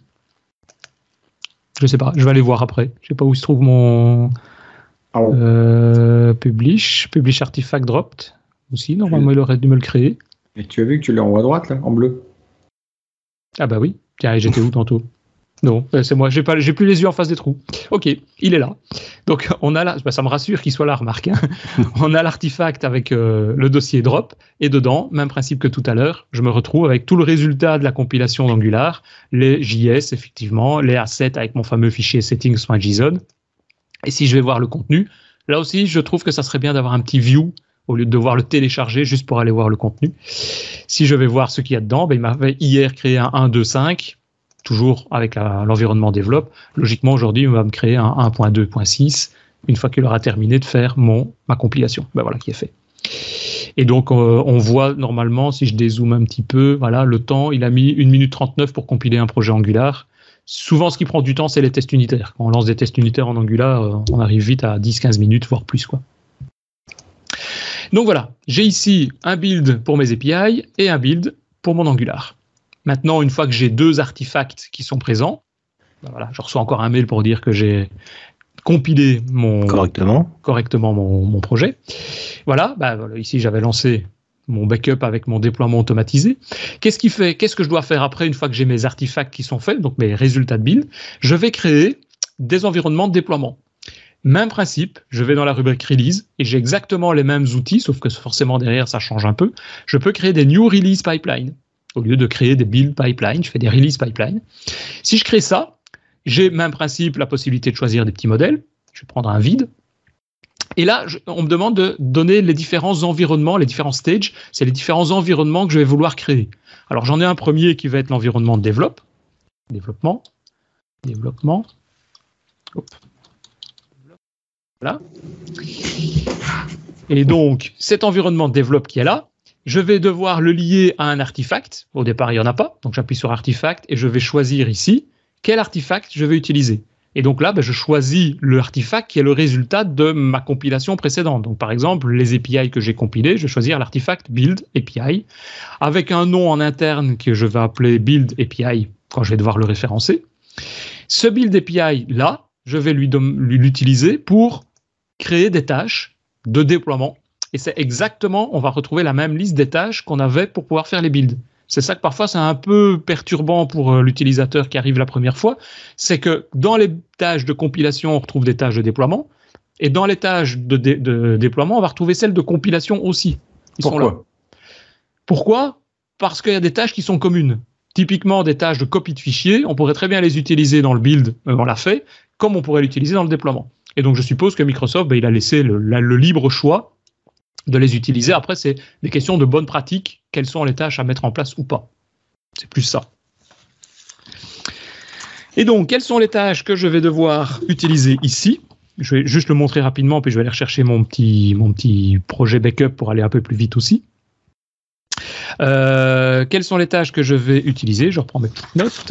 Je sais pas, je vais aller voir après. Je sais pas où se trouve mon oh. euh, publish, publish artifact dropped aussi. Normalement, il aurait dû me le créer. Et tu as vu que tu l'as en haut à droite là, en bleu. Ah bah oui. Tiens, j'étais où tantôt? Non, c'est moi. J'ai pas, j'ai plus les yeux en face des trous. Ok, il est là. Donc on a là, bah, ça me rassure qu'il soit là, remarque. Hein. On a l'artefact avec euh, le dossier drop et dedans, même principe que tout à l'heure, je me retrouve avec tout le résultat de la compilation d'Angular, les J S effectivement, les assets avec mon fameux fichier settings.json. Et si je vais voir le contenu, Là aussi, je trouve que ça serait bien d'avoir un petit view au lieu de devoir le télécharger juste pour aller voir le contenu. Si je vais voir ce qu'il y a dedans, ben, il m'avait hier créé un un, deux, cinq, toujours avec la, l'environnement développe. Logiquement, aujourd'hui, il va me créer un un point deux point six une fois qu'il aura terminé de faire mon, ma compilation. Ben voilà qui est fait. Et donc, euh, on voit normalement, si je dézoome un petit peu, voilà, le temps, il a mis une minute trente-neuf pour compiler un projet Angular. Souvent, ce qui prend du temps, c'est les tests unitaires. Quand on lance des tests unitaires en Angular, euh, on arrive vite à dix à quinze minutes, voire plus, quoi. Donc voilà, j'ai ici un build pour mes A P I et un build pour mon Angular. Maintenant, une fois que j'ai deux artefacts qui sont présents, ben voilà, je reçois encore un mail pour dire que j'ai compilé mon, correctement, correctement mon, mon projet. Voilà, ben voilà, ici j'avais lancé mon backup avec mon déploiement automatisé. Qu'est-ce qui fait, qu'est-ce que je dois faire après une fois que j'ai mes artefacts qui sont faits, donc mes résultats de build? Je vais créer des environnements de déploiement. Même principe, je vais dans la rubrique Release et j'ai exactement les mêmes outils, sauf que forcément derrière ça change un peu. Je peux créer des New Release Pipeline. Au lieu de créer des Build Pipeline, je fais des Release Pipeline. Si je crée ça, j'ai même principe la possibilité de choisir des petits modèles. Je vais prendre un vide. Et là, je, on me demande de donner les différents environnements, les différents stages. C'est les différents environnements que je vais vouloir créer. Alors j'en ai un premier qui va être l'environnement de développe. Développement. Développement. Hop. Voilà. Et donc, cet environnement de développe qui est là, je vais devoir le lier à un artefact. Au départ, il n'y en a pas. Donc, j'appuie sur artefact et je vais choisir ici quel artefact je vais utiliser. Et donc là, ben, je choisis le artefact qui est le résultat de ma compilation précédente. Donc, par exemple, les A P I que j'ai compilés, je vais choisir l'artefact build A P I avec un nom en interne que je vais appeler build A P I quand je vais devoir le référencer. Ce build A P I là, je vais lui, lui l'utiliser pour créer des tâches de déploiement. Et c'est exactement, on va retrouver la même liste des tâches qu'on avait pour pouvoir faire les builds. C'est ça que parfois c'est un peu perturbant pour l'utilisateur qui arrive la première fois. C'est que dans les tâches de compilation, on retrouve des tâches de déploiement. Et dans les tâches de, dé, de déploiement, on va retrouver celles de compilation aussi. Ils Pourquoi sont là. Pourquoi ? Parce qu'il y a des tâches qui sont communes. Typiquement, des tâches de copie de fichiers, on pourrait très bien les utiliser dans le build, euh, on l'a fait, comme on pourrait l'utiliser dans le déploiement. Et donc, je suppose que Microsoft, ben, il a laissé le, la, le libre choix de les utiliser. Après, c'est des questions de bonne pratique. Quelles sont les tâches à mettre en place ou pas? C'est plus ça. Et donc, quelles sont les tâches que je vais devoir utiliser ici? Je vais juste le montrer rapidement, puis je vais aller rechercher mon petit, mon petit projet backup pour aller un peu plus vite aussi. Euh, quelles sont les tâches que je vais utiliser? Je reprends mes petites notes.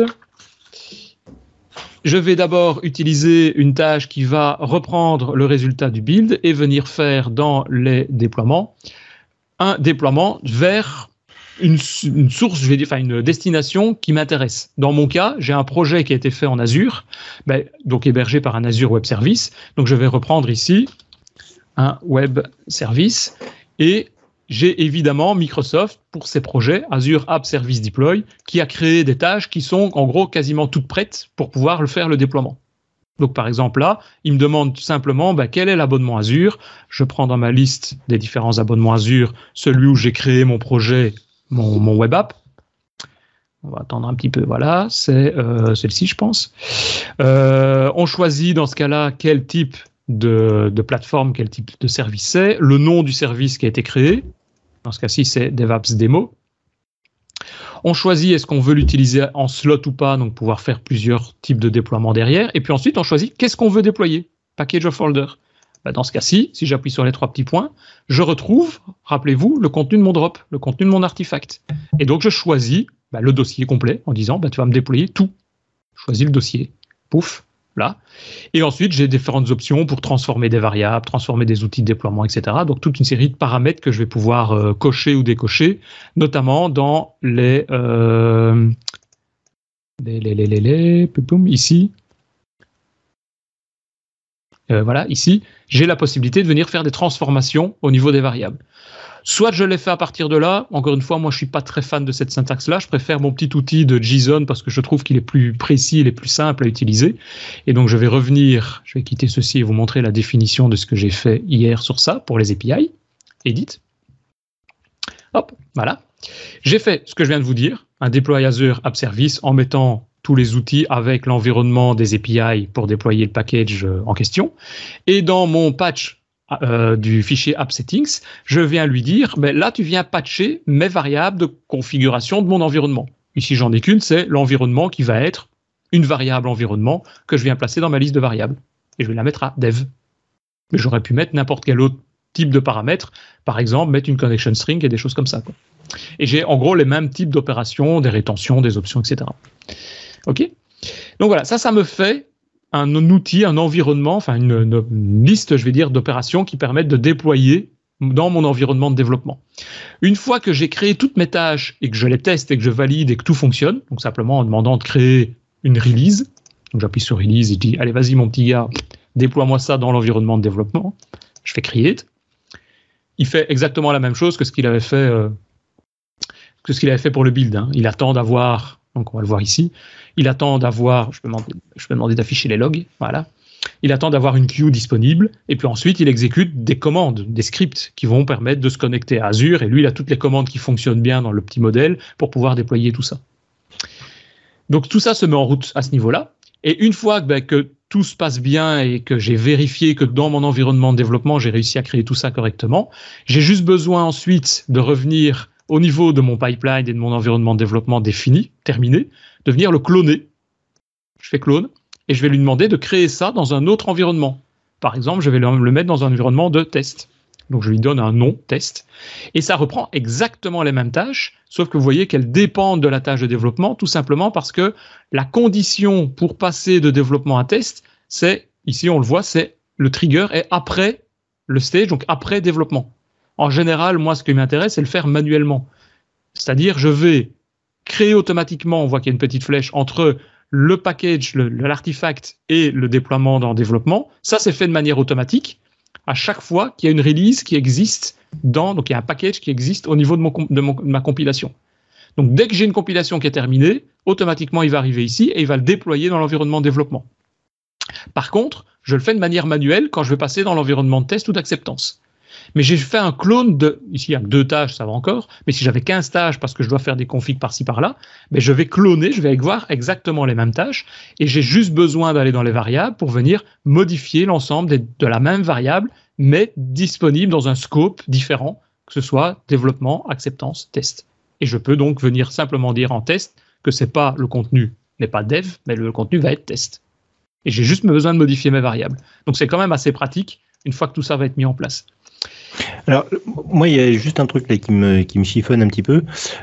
Je vais d'abord utiliser une tâche qui va reprendre le résultat du build et venir faire dans les déploiements un déploiement vers une, une source, je vais dire, enfin une destination qui m'intéresse. Dans mon cas, j'ai un projet qui a été fait en Azure, ben, donc hébergé par un Azure Web Service. Donc je vais reprendre ici un Web Service et j'ai évidemment Microsoft pour ses projets, Azure App Service Deploy, qui a créé des tâches qui sont en gros quasiment toutes prêtes pour pouvoir le faire le déploiement. Donc par exemple là, il me demande tout simplement bah, quel est l'abonnement Azure. Je prends dans ma liste des différents abonnements Azure celui où j'ai créé mon projet, mon, mon web app. On va attendre un petit peu, voilà, c'est euh, celle-ci je pense. Euh, on choisit dans ce cas-là quel type De, de plateforme, quel type de service c'est, le nom du service qui a été créé, dans ce cas-ci c'est DevApps Demo. On choisit est-ce qu'on veut l'utiliser en slot ou pas, donc pouvoir faire plusieurs types de déploiements derrière, et puis ensuite on choisit qu'est-ce qu'on veut déployer, package of folder. Ben dans ce cas-ci, si j'appuie sur les trois petits points, je retrouve, rappelez-vous, le contenu de mon drop, le contenu de mon artefact. Et donc je choisis ben, le dossier complet en disant ben, tu vas me déployer tout. Je choisis le dossier, pouf. Là. Et ensuite, j'ai différentes options pour transformer des variables, transformer des outils de déploiement, et cetera. Donc, toute une série de paramètres que je vais pouvoir euh, cocher ou décocher, notamment dans les... Euh, les, les, les, les, les poum, ici. Euh, voilà, ici, j'ai la possibilité de venir faire des transformations au niveau des variables. Soit je l'ai fait à partir de là. Encore une fois, moi, je suis pas très fan de cette syntaxe-là. Je préfère mon petit outil de JSON parce que je trouve qu'il est plus précis, il est plus simple à utiliser. Et donc, je vais revenir, je vais quitter ceci et vous montrer la définition de ce que j'ai fait hier sur ça pour les A P I. Edit. Hop, voilà. J'ai fait ce que je viens de vous dire, un deploy Azure App Service en mettant tous les outils avec l'environnement des A P I pour déployer le package en question. Et dans mon patch euh, du fichier app settings, je viens lui dire, ben là, tu viens patcher mes variables de configuration de mon environnement. Ici, j'en ai qu'une, c'est l'environnement qui va être une variable environnement que je viens placer dans ma liste de variables. Et je vais la mettre à dev. Mais j'aurais pu mettre n'importe quel autre type de paramètres, par exemple, mettre une connection string et des choses comme ça, quoi. Et j'ai en gros les mêmes types d'opérations, des rétentions, des options, et cetera. OK ? Donc voilà, ça, ça me fait un outil, un environnement, enfin une, une, une liste, je vais dire, d'opérations qui permettent de déployer dans mon environnement de développement. Une fois que j'ai créé toutes mes tâches et que je les teste et que je valide et que tout fonctionne, donc simplement en demandant de créer une release, donc j'appuie sur release et je dis, allez, vas-y mon petit gars, déploie-moi ça dans l'environnement de développement. Je fais create. Il fait exactement la même chose que ce qu'il avait fait, euh, que ce qu'il avait fait pour le build. Hein. Il attend d'avoir, donc on va le voir ici, il attend d'avoir, je peux demander, je peux demander d'afficher les logs, voilà. Il attend d'avoir une queue disponible et puis ensuite il exécute des commandes, des scripts qui vont permettre de se connecter à Azure et lui il a toutes les commandes qui fonctionnent bien dans le petit modèle pour pouvoir déployer tout ça. Donc tout ça se met en route à ce niveau-là et une fois que, ben, que tout se passe bien et que j'ai vérifié que dans mon environnement de développement j'ai réussi à créer tout ça correctement, j'ai juste besoin ensuite de revenir au niveau de mon pipeline et de mon environnement de développement défini, terminé, de venir le cloner. Je fais clone. Et je vais lui demander de créer ça dans un autre environnement. Par exemple, je vais le mettre dans un environnement de test. Donc, je lui donne un nom, test. Et ça reprend exactement les mêmes tâches, sauf que vous voyez qu'elles dépendent de la tâche de développement, tout simplement parce que la condition pour passer de développement à test, c'est, ici on le voit, c'est le trigger est après le stage, donc après développement. En général, moi, ce qui m'intéresse, c'est le faire manuellement. C'est-à-dire, je vais créer automatiquement, on voit qu'il y a une petite flèche entre le package, le, l'artefact et le déploiement dans le développement. Ça, c'est fait de manière automatique à chaque fois qu'il y a une release qui existe dans, donc il y a un package qui existe au niveau de, mon, de, mon, de ma compilation. Donc, dès que j'ai une compilation qui est terminée, automatiquement, il va arriver ici et il va le déployer dans l'environnement de développement. Par contre, je le fais de manière manuelle quand je vais passer dans l'environnement de test ou d'acceptance. Mais j'ai fait un clone de, ici il y a deux tâches, ça va encore, mais si j'avais quinze tâches parce que je dois faire des configs par-ci par-là, mais je vais cloner, je vais voir exactement les mêmes tâches et j'ai juste besoin d'aller dans les variables pour venir modifier l'ensemble des, de la même variable, mais disponible dans un scope différent, que ce soit développement, acceptance, test. Et je peux donc venir simplement dire en test que c'est pas le contenu n'est pas dev, mais le contenu va être test. Et j'ai juste besoin de modifier mes variables. Donc c'est quand même assez pratique une fois que tout ça va être mis en place. Alors, moi, il y a juste un truc là qui me, qui me chiffonne un petit peu.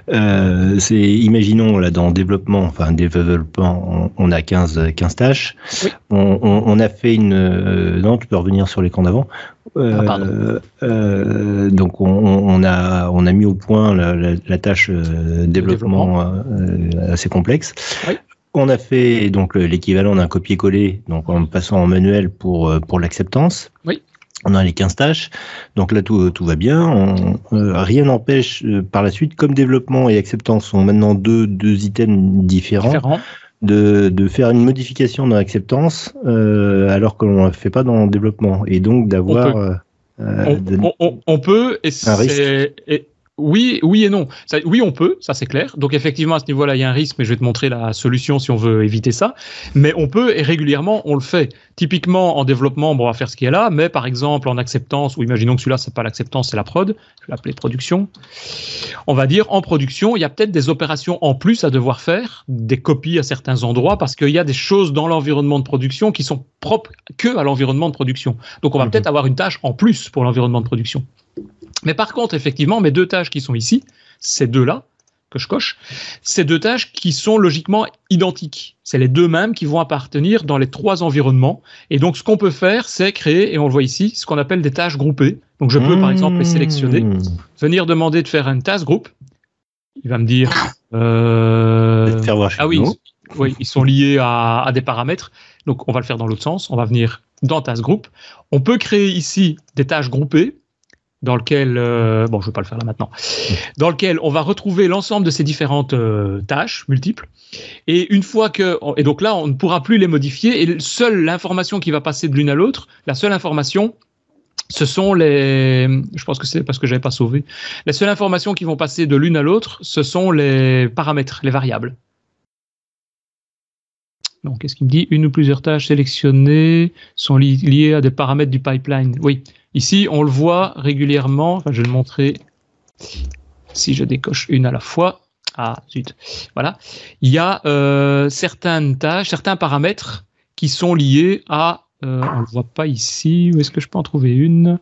Euh, c'est, imaginons, là, dans développement, enfin, développement, on, on a quinze, quinze tâches. Oui. On, on, on a fait une, euh, non, tu peux revenir sur l'écran d'avant. Euh, ah, pardon. Euh, donc, on, on a, on a mis au point la, la, la tâche euh, développement, développement. Euh, assez complexe. Oui. On a fait, donc, l'équivalent d'un copier-coller, donc, en passant en manuel pour, pour l'acceptance. Oui. On a les quinze tâches, donc là tout, tout va bien. On, euh, rien n'empêche euh, par la suite, comme développement et acceptance sont maintenant deux, deux items différents, Différent. de, de faire une modification dans l'acceptance euh, alors que l'on ne fait pas dans le développement. Et donc d'avoir... On peut, euh, on, de, on, on, on peut et c'est... Et... Oui, oui et non. Ça, oui, on peut, ça c'est clair. Donc effectivement, à ce niveau-là, il y a un risque, mais je vais te montrer la solution si on veut éviter ça. Mais on peut, et régulièrement, on le fait. Typiquement, en développement, bon, on va faire ce qui est là, mais par exemple, en acceptance, ou imaginons que celui-là, c'est pas l'acceptance, c'est la prod, je vais l'appeler production. On va dire, en production, il y a peut-être des opérations en plus à devoir faire, des copies à certains endroits, parce qu'il y a des choses dans l'environnement de production qui sont propres que à l'environnement de production. Donc on va mmh. peut-être avoir une tâche en plus pour l'environnement de production. Mais par contre, effectivement, mes deux tâches qui sont ici, ces deux-là, que je coche, ces deux tâches qui sont logiquement identiques. C'est les deux mêmes qui vont appartenir dans les trois environnements. Et donc, ce qu'on peut faire, c'est créer, et on le voit ici, ce qu'on appelle des tâches groupées. Donc, je peux, mmh. par exemple, les sélectionner, venir demander de faire une task group. Il va me dire... Euh... Faire voir ah oui, oui, ils sont liés à, à des paramètres. Donc, on va le faire dans l'autre sens. On va venir dans task group. On peut créer ici des tâches groupées, dans lequel, euh, bon, je ne vais pas le faire là maintenant, dans lequel on va retrouver l'ensemble de ces différentes euh, tâches multiples. Et une fois que, et donc là, on ne pourra plus les modifier. Et seule l'information qui va passer de l'une à l'autre, la seule information, ce sont les, je pense que c'est parce que j'avais pas sauvé. Les seules informations qui vont passer de l'une à l'autre, ce sont les paramètres, les variables. Donc, qu'est-ce qu'il me dit? Une ou plusieurs tâches sélectionnées sont li- liées à des paramètres du pipeline. Oui. Ici, on le voit régulièrement. Enfin, je vais le montrer si je décoche une à la fois. Ah, zut. Voilà. Il y a euh, certaines tâches, certains paramètres qui sont liés à... Euh, on ne le voit pas ici. Où est-ce que je peux en trouver une?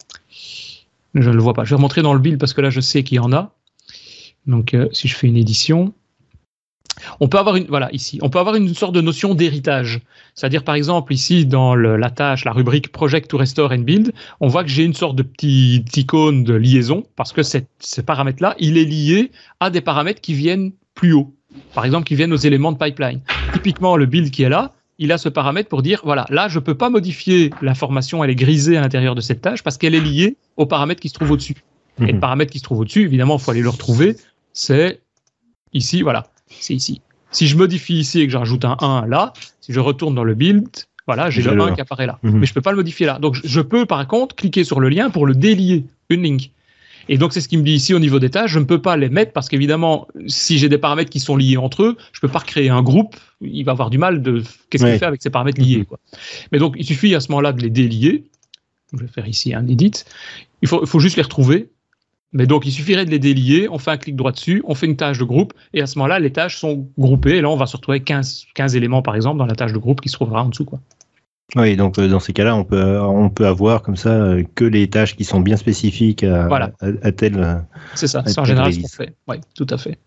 Je ne le vois pas. Je vais remontrer dans le build parce que là, je sais qu'il y en a. Donc, euh, si je fais une édition... On peut avoir une, voilà, ici, on peut avoir une sorte de notion d'héritage. C'est-à-dire, par exemple, ici, dans le, la tâche, la rubrique Project to Restore and Build, on voit que j'ai une sorte de petit icône de liaison parce que cette, ce paramètre-là, il est lié à des paramètres qui viennent plus haut. Par exemple, qui viennent aux éléments de pipeline. Typiquement, le build qui est là, il a ce paramètre pour dire, voilà, là, je peux pas modifier l'information, elle est grisée à l'intérieur de cette tâche parce qu'elle est liée au paramètre qui se trouve au-dessus. Mmh. Et le paramètre qui se trouve au-dessus, évidemment, il faut aller le retrouver. C'est ici, voilà. C'est ici. Si je modifie ici et que je rajoute un un là, si je retourne dans le build, voilà, j'ai le, le un qui apparaît là. Mm-hmm. Mais je ne peux pas le modifier là. Donc, je, je peux, par contre, cliquer sur le lien pour le délier, une link. Et donc, c'est ce qui me dit ici au niveau des tâches. Je ne peux pas les mettre parce qu'évidemment, si j'ai des paramètres qui sont liés entre eux, je ne peux pas recréer un groupe. Il va avoir du mal de qu'est-ce ouais. qu'il fait avec ces paramètres liés, quoi. Mais donc, il suffit à ce moment-là de les délier. Je vais faire ici un edit. Il faut, il faut juste les retrouver. Mais donc, il suffirait de les délier, on fait un clic droit dessus, on fait une tâche de groupe, et à ce moment-là, les tâches sont groupées, et là, on va se retrouver avec quinze, quinze éléments, par exemple, dans la tâche de groupe qui se trouvera en dessous, quoi. Oui, donc euh, dans ces cas-là, on peut, on peut avoir comme ça euh, que les tâches qui sont bien spécifiques à, voilà. à, à tel. C'est ça, c'est en général ce qu'on fait. Oui, tout à fait.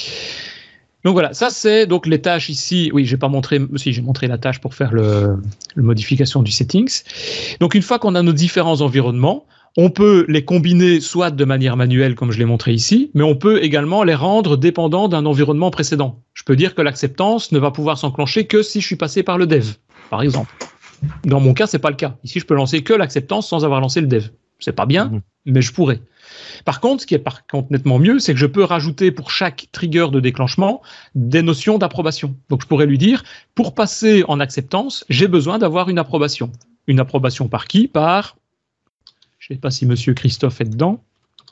Donc voilà, ça c'est donc les tâches ici. Oui, j'ai pas montré, si j'ai montré la tâche pour faire le, le modification du settings. Donc une fois qu'on a nos différents environnements, on peut les combiner soit de manière manuelle, comme je l'ai montré ici, mais on peut également les rendre dépendants d'un environnement précédent. Je peux dire que l'acceptance ne va pouvoir s'enclencher que si je suis passé par le dev, par exemple. Dans mon cas, c'est pas le cas. Ici, je peux lancer que l'acceptance sans avoir lancé le dev. C'est pas bien, mmh. mais je pourrais. Par contre, ce qui est par contre nettement mieux, c'est que je peux rajouter pour chaque trigger de déclenchement des notions d'approbation. Donc, je pourrais lui dire, pour passer en acceptance, j'ai besoin d'avoir une approbation. Une approbation par qui? Par... Je ne sais pas si Monsieur Christophe est dedans.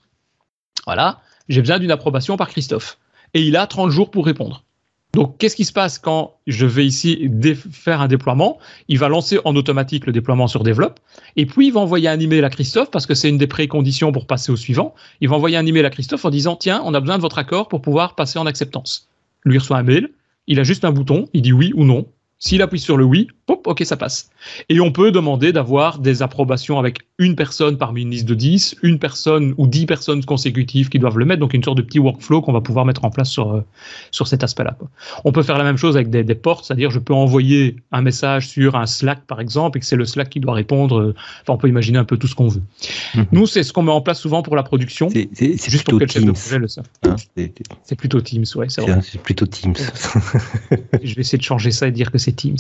Voilà, j'ai besoin d'une approbation par Christophe. Et il a trente jours pour répondre. Donc, qu'est-ce qui se passe quand je vais ici faire un déploiement? Il va lancer en automatique le déploiement sur Develop. Et puis, il va envoyer un email à Christophe, parce que c'est une des préconditions pour passer au suivant. Il va envoyer un email à Christophe en disant, tiens, on a besoin de votre accord pour pouvoir passer en acceptance. Lui reçoit un mail, il a juste un bouton, il dit oui ou non. S'il appuie sur le oui, pop, ok, ça passe. Et on peut demander d'avoir des approbations avec une personne parmi une liste de dix, une personne ou dix personnes consécutives qui doivent le mettre, donc une sorte de petit workflow qu'on va pouvoir mettre en place sur, euh, sur cet aspect-là, quoi. On peut faire la même chose avec des, des ports, c'est-à-dire je peux envoyer un message sur un Slack, par exemple, et que c'est le Slack qui doit répondre. Euh, enfin, on peut imaginer un peu tout ce qu'on veut. Mm-hmm. Nous, c'est ce qu'on met en place souvent pour la production. C'est, c'est, c'est juste pour que le chef de projet le sache. Hein, c'est, c'est plutôt Teams, ouais, c'est, c'est vrai. C'est plutôt Teams. Je vais essayer de changer ça et dire que c'est Teams.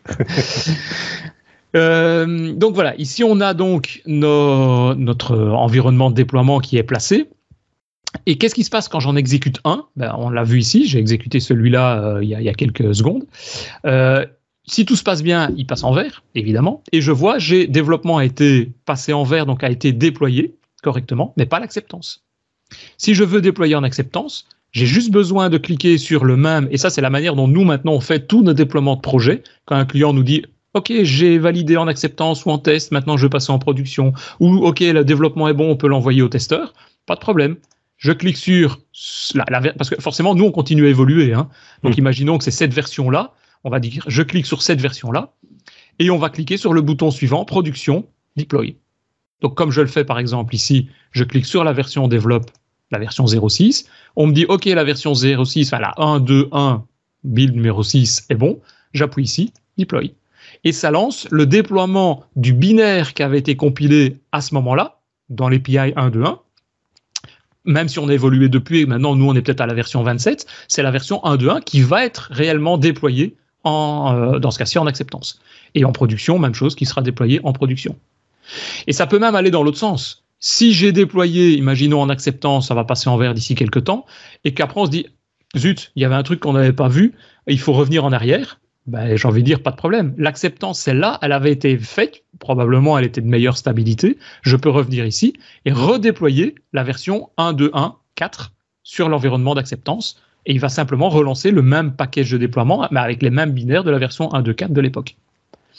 euh, donc voilà, ici on a donc nos, notre environnement de déploiement qui est placé. Et qu'est-ce qui se passe quand j'en exécute un? Ben, on l'a vu ici, j'ai exécuté celui-là euh, il, y a, il y a quelques secondes. Euh, si tout se passe bien, il passe en vert, évidemment. Et je vois, j'ai développement a été passé en vert, donc a été déployé correctement, mais pas l'acceptance. Si je veux déployer en acceptance, j'ai juste besoin de cliquer sur le même, et ça c'est la manière dont nous maintenant on fait tous nos déploiements de projet. Quand un client nous dit « Ok, j'ai validé en acceptance ou en test, maintenant je vais passer en production » ou « Ok, le développement est bon, on peut l'envoyer au testeur », pas de problème. Je clique sur la, la parce que forcément nous on continue à évoluer, hein. Donc mmh. imaginons que c'est cette version-là, on va dire je clique sur cette version-là et on va cliquer sur le bouton suivant, production, deploy. Donc comme je le fais par exemple ici, je clique sur la version développe, la version zéro six, on me dit ok la version zéro six, enfin la un point deux point un build numéro six est bon, j'appuie ici, deploy. Et ça lance le déploiement du binaire qui avait été compilé à ce moment-là, dans l'A P I un point deux point un. Même si on a évolué depuis, et maintenant nous on est peut-être à la version vingt-sept, c'est la version un point deux point un qui va être réellement déployée en, euh, dans ce cas-ci en acceptance. Et en production, même chose, qui sera déployée en production. Et ça peut même aller dans l'autre sens. Si j'ai déployé, imaginons en acceptance, ça va passer en vert d'ici quelques temps, et qu'après on se dit, zut, il y avait un truc qu'on n'avait pas vu, et il faut revenir en arrière, ben, j'ai envie de dire, pas de problème. L'acceptance, celle-là, elle avait été faite, probablement elle était de meilleure stabilité, je peux revenir ici et redéployer la version un point deux point un point quatre sur l'environnement d'acceptance, et il va simplement relancer le même package de déploiement, mais avec les mêmes binaires de la version un point deux point quatre de l'époque.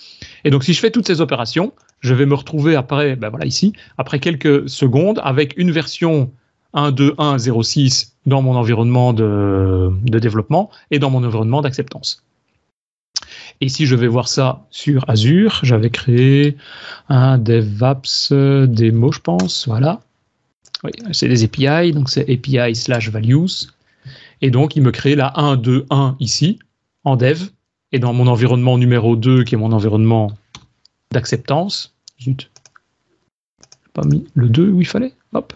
Et donc, si je fais toutes ces opérations, je vais me retrouver après, ben voilà ici, après quelques secondes, avec une version un point deux point un point zéro six dans mon environnement de, de développement et dans mon environnement d'acceptance. Et si je vais voir ça sur Azure, j'avais créé un DevApps démo, je pense, voilà. Oui, c'est des A P I, donc c'est A P I slash values. Et donc, il me crée la un point deux point un ici, en dev, et dans mon environnement numéro deux, qui est mon environnement d'acceptance. Zut. J'ai pas mis le deux où il fallait. Hop.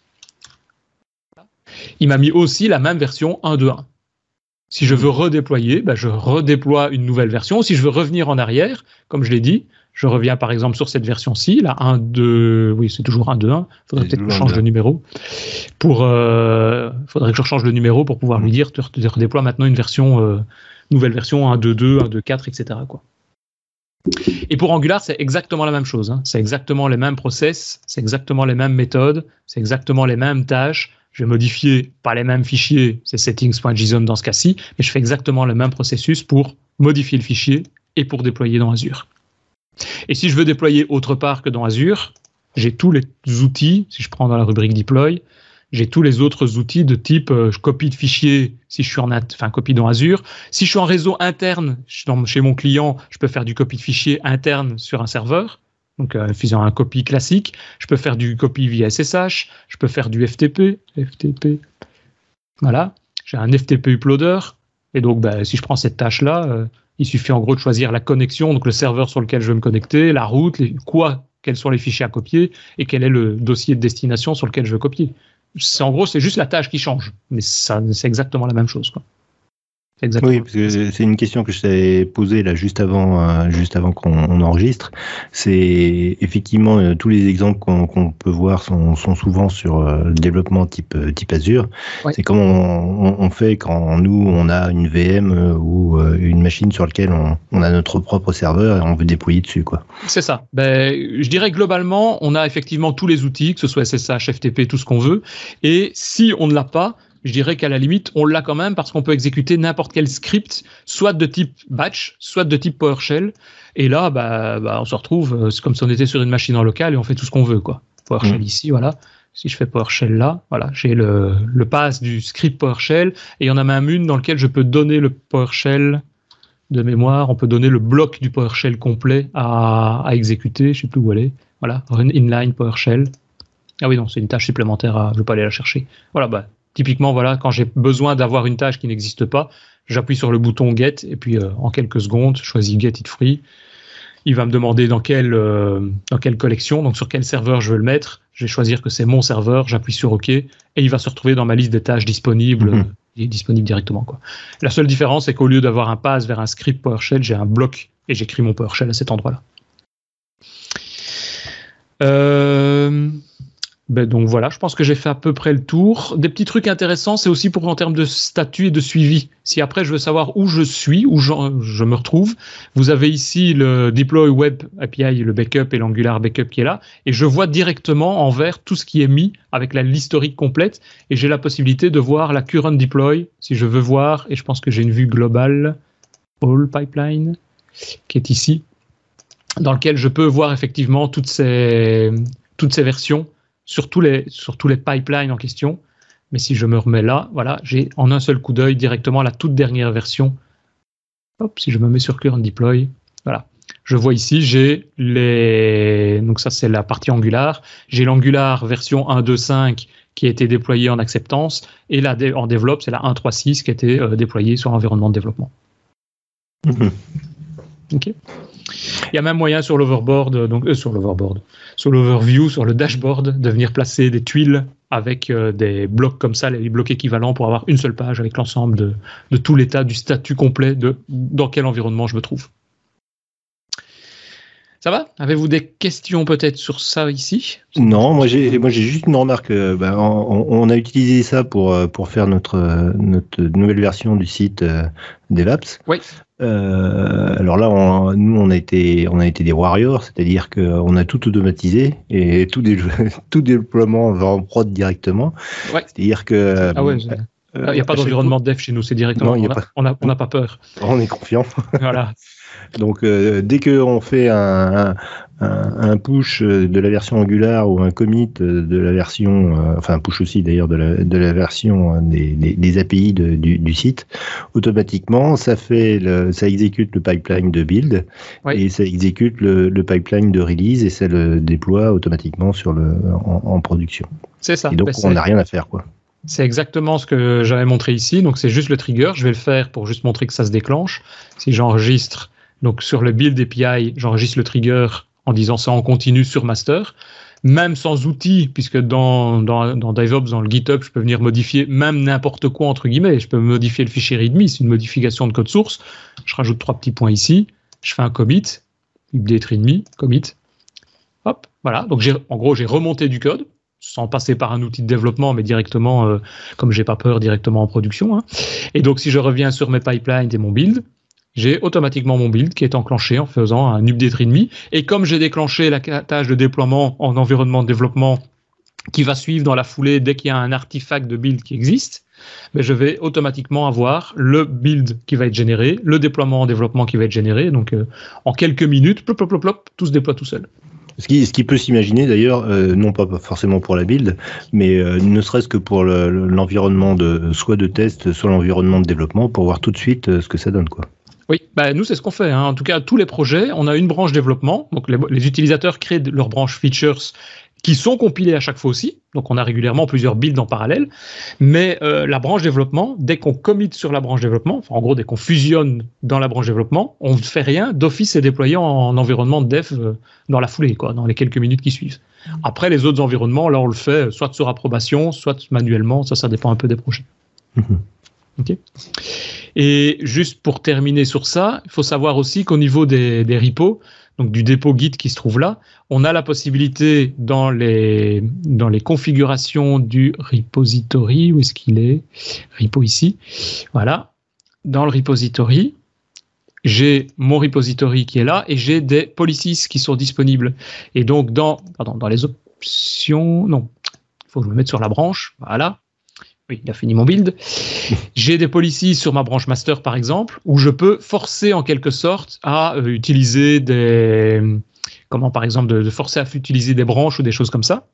Il m'a mis aussi la même version un point deux point un. Si je veux redéployer, ben je redéploie une nouvelle version. Si je veux revenir en arrière, comme je l'ai dit, je reviens par exemple sur cette version-ci, la un point deux, oui, c'est toujours un point deux point un. Il faudrait peut-être que je change de numéro. Pour, euh, faudrait que je rechange le numéro pour pouvoir lui dire, tu redéploies maintenant une version, euh, nouvelle version un point deux point deux, un point deux point quatre, et cetera, quoi. Et pour Angular, c'est exactement la même chose. Hein. C'est exactement les mêmes process, c'est exactement les mêmes méthodes, c'est exactement les mêmes tâches. Je vais modifier pas les mêmes fichiers, c'est settings.json dans ce cas-ci, mais je fais exactement le même processus pour modifier le fichier et pour déployer dans Azure. Et si je veux déployer autre part que dans Azure, j'ai tous les outils, si je prends dans la rubrique deploy, j'ai tous les autres outils de type euh, copie de fichier si je suis en enfin copie dans Azure. Si je suis en réseau interne dans, chez mon client, je peux faire du copie de fichier interne sur un serveur. Donc, euh, faisant un copy classique, je peux faire du copy via S S H, je peux faire du F T P, F T P. Voilà, j'ai un F T P uploader. Et donc, bah, si je prends cette tâche-là, euh, il suffit en gros de choisir la connexion, donc le serveur sur lequel je veux me connecter, la route, les, quoi, quels sont les fichiers à copier et quel est le dossier de destination sur lequel je veux copier. C'est, en gros, c'est juste la tâche qui change, mais ça, c'est exactement la même chose, quoi. Exactement. Oui, parce que c'est une question que je t'avais posée là juste avant, euh, juste avant qu'on on enregistre. C'est effectivement euh, tous les exemples qu'on qu'on peut voir sont, sont souvent sur euh, le développement type type Azure. Ouais. C'est comme on, on fait quand nous on a une V M euh, ou euh, une machine sur laquelle on, on a notre propre serveur et on veut déployer dessus, quoi. C'est ça. Ben, je dirais globalement, on a effectivement tous les outils, que ce soit S S H, F T P, tout ce qu'on veut. Et si on ne l'a pas, je dirais qu'à la limite, on l'a quand même parce qu'on peut exécuter n'importe quel script, soit de type batch, soit de type PowerShell. Et là, bah, bah, on se retrouve, c'est comme si on était sur une machine en local et on fait tout ce qu'on veut, quoi. PowerShell mmh. ici, voilà. Si je fais PowerShell là, voilà, j'ai le, le pass du script PowerShell et il y en a même une dans lequel je peux donner le PowerShell de mémoire. On peut donner le bloc du PowerShell complet à, à exécuter. Je sais plus où elle est. Voilà, run inline PowerShell. Ah oui, non, c'est une tâche supplémentaire. À, je ne vais pas aller la chercher. Voilà, bah. Typiquement, voilà, quand j'ai besoin d'avoir une tâche qui n'existe pas, j'appuie sur le bouton Get et puis euh, en quelques secondes, je choisis Get It Free. Il va me demander dans quelle, euh, dans quelle collection, donc sur quel serveur je veux le mettre. Je vais choisir que c'est mon serveur, j'appuie sur OK et il va se retrouver dans ma liste des tâches disponibles. Mm-hmm. Il est disponible directement, quoi. La seule différence, c'est qu'au lieu d'avoir un pass vers un script PowerShell, j'ai un bloc et j'écris mon PowerShell à cet endroit-là. Euh... Ben donc voilà, je pense que j'ai fait à peu près le tour. Des petits trucs intéressants, c'est aussi pour en termes de statut et de suivi. Si après je veux savoir où je suis, où je, je me retrouve, vous avez ici le Deploy Web A P I, le backup et l'Angular backup qui est là, et je vois directement en vert tout ce qui est mis avec la l'historique complète, et j'ai la possibilité de voir la current deploy si je veux voir, et je pense que j'ai une vue globale, all pipeline, qui est ici, dans lequel je peux voir effectivement toutes ces, toutes ces versions. Sur tous, les, sur tous les pipelines en question. Mais si je me remets là, voilà, j'ai en un seul coup d'œil directement la toute dernière version. Hop, si je me mets sur Current Deploy, voilà. Je vois ici, j'ai les... Donc ça, c'est la partie Angular. J'ai l'Angular version un point deux point cinq qui a été déployée en acceptance. Et là, en développe, c'est la un point trois point six qui a été euh, déployée sur l'environnement de développement. Mmh. OK. Il y a même moyen sur l'overboard, donc euh, sur l'overboard, sur l'overview, sur le dashboard, de venir placer des tuiles avec euh, des blocs comme ça, les blocs équivalents pour avoir une seule page avec l'ensemble de, de tout l'état du statut complet de dans quel environnement je me trouve. Ça va ? Avez-vous des questions peut-être sur ça ici ? Non, moi j'ai moi j'ai juste une remarque. Euh, ben, on, on a utilisé ça pour pour faire notre notre nouvelle version du site euh, DevApps. Oui. Euh, alors là, on, nous on a été on a été des warriors, c'est-à-dire que on a tout automatisé et tout dé, tout déploiement va en prod directement. Ouais. C'est-à-dire que ah ouais. Il n'y a pas d'environnement de dev chez nous, c'est directement. Non, on n'a pas... On a, on a pas peur. On est confiant. Voilà. Donc, euh, dès qu'on fait un, un, un push de la version Angular ou un commit de la version, euh, enfin un push aussi d'ailleurs de la, de la version des, des, des A P I de, du, du site, automatiquement, ça fait le, ça exécute le pipeline de build oui. et ça exécute le, le pipeline de release et ça le déploie automatiquement sur le, en, en production. C'est ça. Et donc, bah, on n'a rien à faire, quoi. C'est exactement ce que j'avais montré ici. Donc, c'est juste le trigger. Je vais le faire pour juste montrer que ça se déclenche. Si j'enregistre, donc sur le build A P I, j'enregistre le trigger en disant ça en continu sur master. Même sans outils, puisque dans, dans, dans DevOps, dans le GitHub, je peux venir modifier même n'importe quoi, entre guillemets. Je peux modifier le fichier README. C'est une modification de code source. Je rajoute trois petits points ici. Je fais un commit. Update README, commit. Hop, voilà. Donc, j'ai, en gros, j'ai remonté du code, sans passer par un outil de développement, mais directement, euh, comme j'ai pas peur, directement en production. Hein. Et donc, si je reviens sur mes pipelines et mon build, j'ai automatiquement mon build qui est enclenché en faisant un update README. Et comme j'ai déclenché la tâche de déploiement en environnement de développement qui va suivre dans la foulée dès qu'il y a un artefact de build qui existe, mais je vais automatiquement avoir le build qui va être généré, le déploiement en développement qui va être généré. Donc, euh, en quelques minutes, plop, plop, plop, plop, tout se déploie tout seul. Ce qui, ce qui peut s'imaginer d'ailleurs, euh, non pas forcément pour la build, mais euh, ne serait-ce que pour le, l'environnement de soit de test, soit l'environnement de développement, pour voir tout de suite euh, ce que ça donne, quoi. Oui, bah nous c'est ce qu'on fait. Hein. En tout cas, tous les projets, on a une branche développement. Donc les, les utilisateurs créent leur branche features qui sont compilées à chaque fois aussi. Donc on a régulièrement plusieurs builds en parallèle. Mais euh, la branche développement, dès qu'on commit sur la branche développement, enfin en gros dès qu'on fusionne dans la branche développement, on ne fait rien. D'office est déployé en, en environnement de dev euh, dans la foulée, quoi, dans les quelques minutes qui suivent. Après les autres environnements, là on le fait soit sur approbation, soit manuellement. Ça, ça dépend un peu des projets. Mmh. Okay. Et juste pour terminer sur ça, il faut savoir aussi qu'au niveau des, des repos, donc du dépôt Git qui se trouve là, on a la possibilité dans les, dans les configurations du repository, où est-ce qu'il est ? Repo ici. Voilà. Dans le repository, j'ai mon repository qui est là et j'ai des policies qui sont disponibles. Et donc dans, pardon, dans les options, non, il faut que je me mette sur la branche. Voilà. Oui, il a fini mon build. J'ai des policies sur ma branche master, par exemple, où je peux forcer en quelque sorte à euh, utiliser des... Comment, par exemple, de, de forcer à utiliser des branches ou des choses comme ça.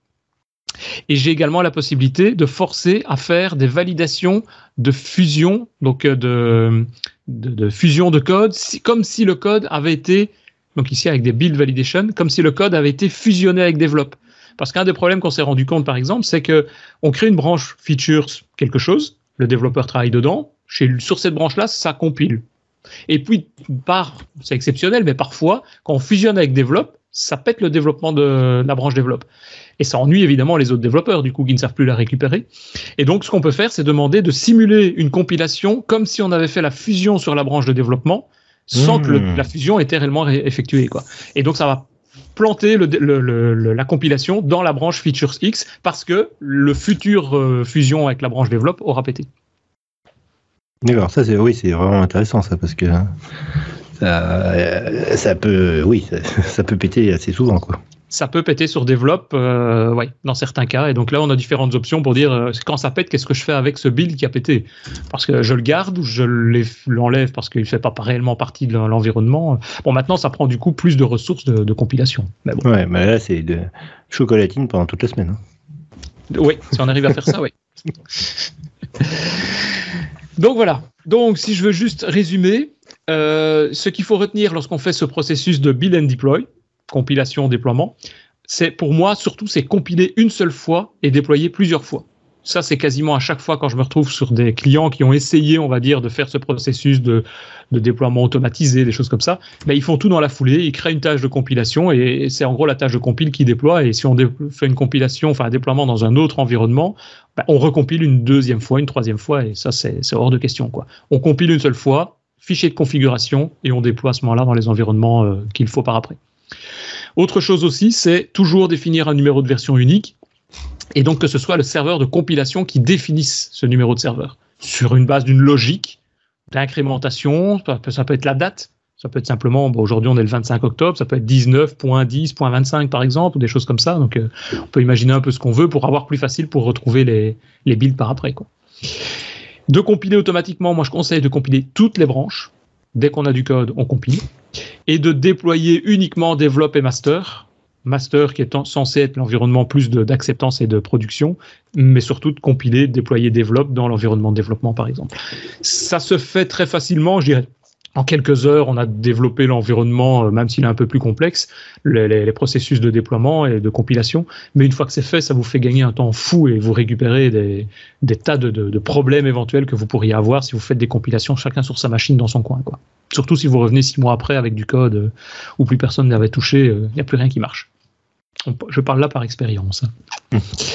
Et j'ai également la possibilité de forcer à faire des validations de fusion, donc de, de, de fusion de code, si, comme si le code avait été, donc ici avec des build validation, comme si le code avait été fusionné avec develop. Parce qu'un des problèmes qu'on s'est rendu compte, par exemple, c'est que on crée une branche features quelque chose, le développeur travaille dedans, chez, sur cette branche-là, ça compile. Et puis, par, c'est exceptionnel, mais parfois, quand on fusionne avec develop, ça pète le développement de la branche develop. Et ça ennuie évidemment les autres développeurs, du coup, qui ne savent plus la récupérer. Et donc, ce qu'on peut faire, c'est demander de simuler une compilation comme si on avait fait la fusion sur la branche de développement, sans mmh. que le, la fusion était réellement ré- effectuée, quoi. Et donc, ça va planter le, le, le, la compilation dans la branche Features X parce que le futur euh, fusion avec la branche Develop aura pété. D'accord, ça c'est oui, c'est vraiment intéressant ça parce que ça, ça peut, oui, ça, ça peut péter assez souvent quoi. Ça peut péter sur Develop, euh, ouais, dans certains cas. Et donc là, on a différentes options pour dire euh, quand ça pète, qu'est-ce que je fais avec ce build qui a pété ? Parce que je le garde ou je l'enlève parce qu'il ne fait pas réellement partie de l'environnement. Bon, maintenant, ça prend du coup plus de ressources de, de compilation. Mais bon. Ouais, mais là, c'est de chocolatine pendant toute la semaine. Hein. Oui, si on arrive à faire ça, oui. Donc voilà. Donc, si je veux juste résumer, euh, ce qu'il faut retenir lorsqu'on fait ce processus de build and deploy, compilation, déploiement, c'est pour moi surtout c'est compiler une seule fois et déployer plusieurs fois. Ça c'est quasiment à chaque fois quand je me retrouve sur des clients qui ont essayé, on va dire, de faire ce processus de, de déploiement automatisé, des choses comme ça, ben, ils font tout dans la foulée, ils créent une tâche de compilation et c'est en gros la tâche de compile qui déploie et si on dé- fait une compilation, enfin un déploiement dans un autre environnement, ben, on recompile une deuxième fois, une troisième fois et ça c'est, c'est hors de question quoi. On compile une seule fois, fichier de configuration et on déploie à ce moment-là dans les environnements euh, qu'il faut par après. Autre chose aussi, c'est toujours définir un numéro de version unique et donc que ce soit le serveur de compilation qui définisse ce numéro de serveur sur une base d'une logique d'incrémentation. Ça peut être la date, ça peut être simplement, bon, aujourd'hui on est le vingt-cinq octobre, ça peut être dix-neuf point dix point vingt-cinq par exemple, ou des choses comme ça. Donc euh, on peut imaginer un peu ce qu'on veut pour avoir plus facile pour retrouver les, les builds par après, quoi. De compiler automatiquement, moi je conseille de compiler toutes les branches. dès qu'on a du code, on compile, et de déployer uniquement Develop et Master, Master qui est en, censé être l'environnement plus de, d'acceptance et de production, mais surtout de compiler, de déployer Develop dans l'environnement de développement, par exemple. Ça se fait très facilement, je dirais. En quelques heures, on a développé l'environnement, euh, même s'il est un peu plus complexe, les, les, les processus de déploiement et de compilation. Mais une fois que c'est fait, ça vous fait gagner un temps fou et vous récupérez des, des tas de, de, de problèmes éventuels que vous pourriez avoir si vous faites des compilations chacun sur sa machine dans son coin, quoi. Surtout si vous revenez six mois après avec du code euh, où plus personne n'avait touché, il euh, n'y a plus rien qui marche. On, je parle là par expérience. Hein.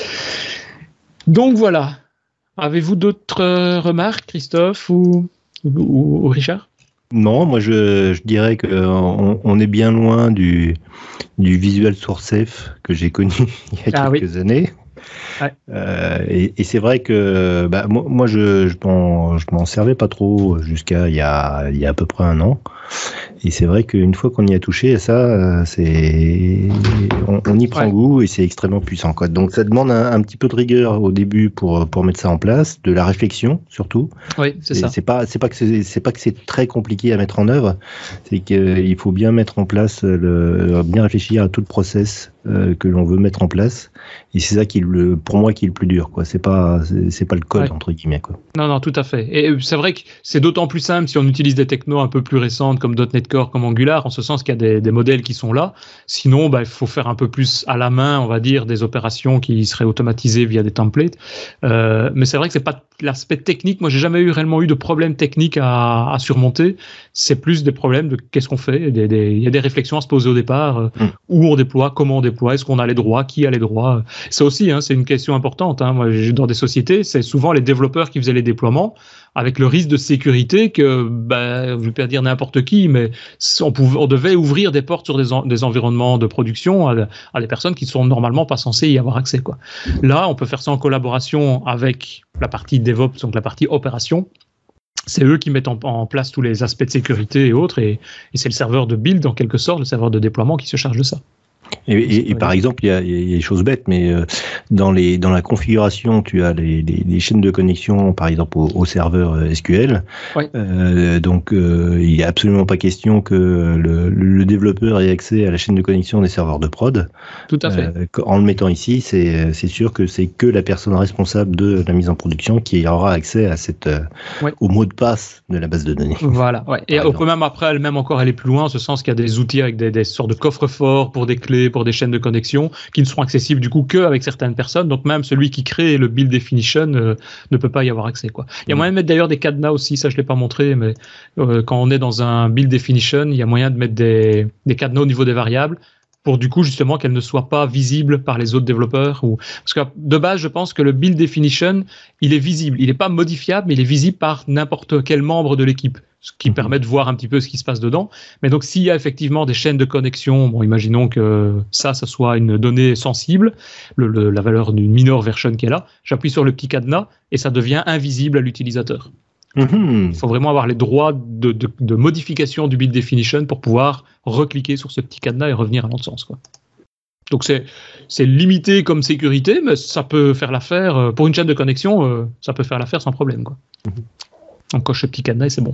Donc voilà. Avez-vous d'autres euh, remarques, Christophe ou, ou, ou Richard ? Non, moi je, je dirais qu'on on est bien loin du, du Visual Source Safe que j'ai connu il y a ah, quelques oui. années. Ouais. Euh, et, et c'est vrai que bah, moi, moi je, je, m'en, je m'en servais pas trop jusqu'à il y a, il y a à peu près un an. Et c'est vrai qu'une fois qu'on y a touché, ça, c'est, on, on y prend ouais. goût et c'est extrêmement puissant, quoi. Donc ça demande un, un petit peu de rigueur au début pour pour mettre ça en place, de la réflexion surtout. Oui, c'est et ça. C'est pas c'est pas que c'est, c'est pas que c'est très compliqué à mettre en œuvre, c'est qu'il faut bien mettre en place le, bien réfléchir à tout le process euh, que l'on veut mettre en place. Et c'est ça qui est le, pour moi, qui est le plus dur, quoi. C'est pas c'est, c'est pas le code ouais. entre guillemets, quoi. Non, non, tout à fait. Et c'est vrai que c'est d'autant plus simple si on utilise des technos un peu plus récentes comme .dot net Core, comme Angular, en ce sens qu'il y a des, des modèles qui sont là. Sinon, bah, il faut faire un peu plus à la main, on va dire, des opérations qui seraient automatisées via des templates. Euh, mais c'est vrai que c'est pas l'aspect technique. Moi, j'ai jamais eu réellement eu de problème technique à, à surmonter. C'est plus des problèmes de qu'est-ce qu'on fait. Des, des, il y a des réflexions à se poser au départ. Euh, mmh. Où on déploie, comment on déploie, est-ce qu'on a les droits, qui a les droits. Ça aussi, hein, c'est une question importante. Hein. Moi, dans des sociétés, c'est souvent les développeurs qui faisaient les déploiements, avec le risque de sécurité que, ben, je ne vais pas dire n'importe qui, mais on, pouvait, on devait ouvrir des portes sur des, en, des environnements de production à, à des personnes qui ne sont normalement pas censées y avoir accès, quoi. Là, on peut faire ça en collaboration avec la partie DevOps, donc la partie opération. C'est eux qui mettent en, en place tous les aspects de sécurité et autres, et, et c'est le serveur de build, en quelque sorte, le serveur de déploiement qui se charge de ça. Et, et, et par exemple, il y a, il y a des choses bêtes, mais euh, dans les dans la configuration, tu as les, les, les chaînes de connexion, par exemple au, au serveur S Q L. Ouais. Euh, donc, euh, il n'y a absolument pas question que le, le développeur ait accès à la chaîne de connexion des serveurs de prod. Tout à fait. Euh, en le mettant ici, c'est c'est sûr que c'est que la personne responsable de la mise en production qui aura accès à cette euh, ouais. au mot de passe de la base de données. Voilà. Ouais. Et on peut même après, elle même encore aller plus loin, en ce sens qu'il y a des outils avec des, des sortes de coffres-forts pour des clés, pour des chaînes de connexion qui ne seront accessibles du coup qu'avec certaines personnes. Donc même celui qui crée le build definition euh, ne peut pas y avoir accès, quoi. Il y a mmh. moyen de mettre d'ailleurs des cadenas aussi, ça je l'ai pas montré, mais euh, quand on est dans un build definition, il y a moyen de mettre des, des cadenas au niveau des variables pour du coup justement qu'elles ne soient pas visibles par les autres développeurs. Ou... Parce que de base, je pense que le build definition, il est visible. Il n'est pas modifiable, mais il est visible par n'importe quel membre de l'équipe, ce qui mmh. permet de voir un petit peu ce qui se passe dedans. Mais donc, s'il y a effectivement des chaînes de connexion, bon, imaginons que ça, ça soit une donnée sensible, le, le, la valeur d'une minor version qui est là, j'appuie sur le petit cadenas et ça devient invisible à l'utilisateur. Mmh. Il faut vraiment avoir les droits de, de, de modification du build definition pour pouvoir recliquer sur ce petit cadenas et revenir à l'autre sens, quoi. Donc c'est, c'est limité comme sécurité, mais ça peut faire l'affaire. Pour une chaîne de connexion, ça peut faire l'affaire sans problème, quoi. Mmh. On coche ce petit cadenas et c'est bon.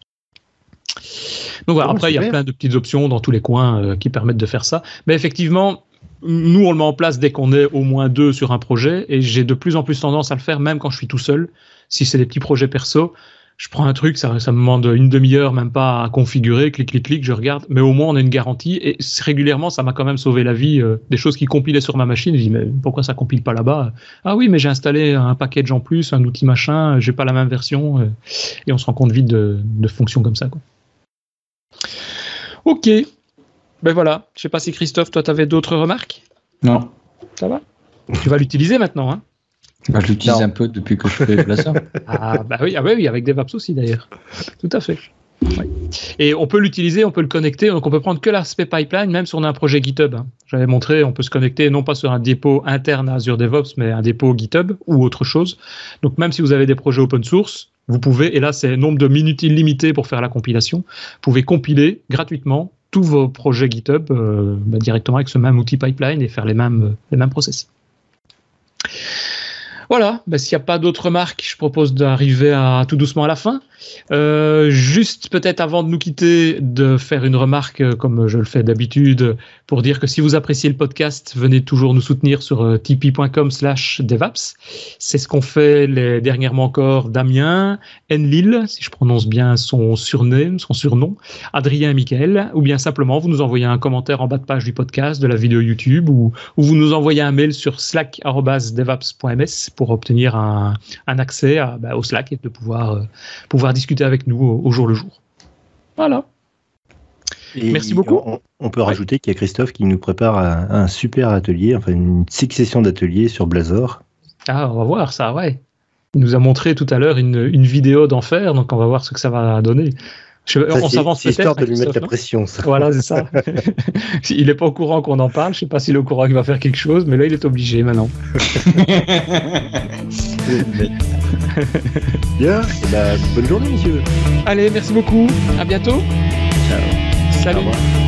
Donc voilà, oh, après, il y a plein de petites options dans tous les coins euh, qui permettent de faire ça. Mais effectivement, nous, on le met en place dès qu'on est au moins deux sur un projet, et j'ai de plus en plus tendance à le faire, même quand je suis tout seul. Si c'est des petits projets perso, je prends un truc, ça, ça me demande une demi-heure, même pas à configurer, clic, clic, clic, je regarde, mais au moins on a une garantie, et régulièrement, ça m'a quand même sauvé la vie. Euh, des choses qui compilaient sur ma machine, je dis, mais pourquoi ça compile pas là-bas? Ah oui, mais j'ai installé un package en plus, un outil machin, j'ai pas la même version, euh, et on se rend compte vite de, de fonctions comme ça, quoi. Ok, ben voilà, je sais pas si Christophe, toi, tu avais d'autres remarques? Non. Ça va? Tu vas l'utiliser maintenant, hein? Bah, je l'utilise non. un peu depuis que je fais Blazor. Ah bah oui, ah bah oui, avec DevOps aussi d'ailleurs. Tout à fait. Ouais. Et on peut l'utiliser, on peut le connecter, donc on peut prendre que l'aspect pipeline, même si on a un projet GitHub. Hein. J'avais montré, on peut se connecter non pas sur un dépôt interne à Azure DevOps, mais un dépôt GitHub ou autre chose. Donc même si vous avez des projets open source, vous pouvez, et là c'est nombre de minutes illimité pour faire la compilation, vous pouvez compiler gratuitement tous vos projets GitHub euh, bah, directement avec ce même outil pipeline et faire les mêmes, les mêmes process. Voilà, bah, s'il n'y a pas d'autres remarques, je propose d'arriver à, tout doucement à la fin. Euh, juste peut-être avant de nous quitter, de faire une remarque, euh, comme je le fais d'habitude, pour dire que si vous appréciez le podcast, venez toujours nous soutenir sur euh, tipeee.com slash devaps. C'est ce qu'on fait les, dernièrement encore Damien, Enlil, si je prononce bien son surnom, son surnom, Adrien et Michael, ou bien simplement vous nous envoyez un commentaire en bas de page du podcast, de la vidéo YouTube, ou, ou vous nous envoyez un mail sur slack arobase devaps point m s pour obtenir un, un accès à, bah, au Slack et de pouvoir, euh, pouvoir discuter avec nous au, au jour le jour. Voilà. Et merci beaucoup. On, on peut ouais. rajouter qu'il y a Christophe qui nous prépare un, un super atelier, enfin une succession d'ateliers sur Blazor. Ah, on va voir ça, ouais. Il nous a montré tout à l'heure une, une vidéo d'enfer, donc on va voir ce que ça va donner. Je, ça, on s'avance peut-être. C'est histoire de lui mettre la pression, ça. Voilà, c'est ça. Il n'est pas au courant qu'on en parle. Je ne sais pas s'il est au courant qu'il va faire quelque chose, mais là, il est obligé maintenant. Bien. Et bah, bonne journée, monsieur. Allez, merci beaucoup. À bientôt. Ciao. Salut. Au revoir.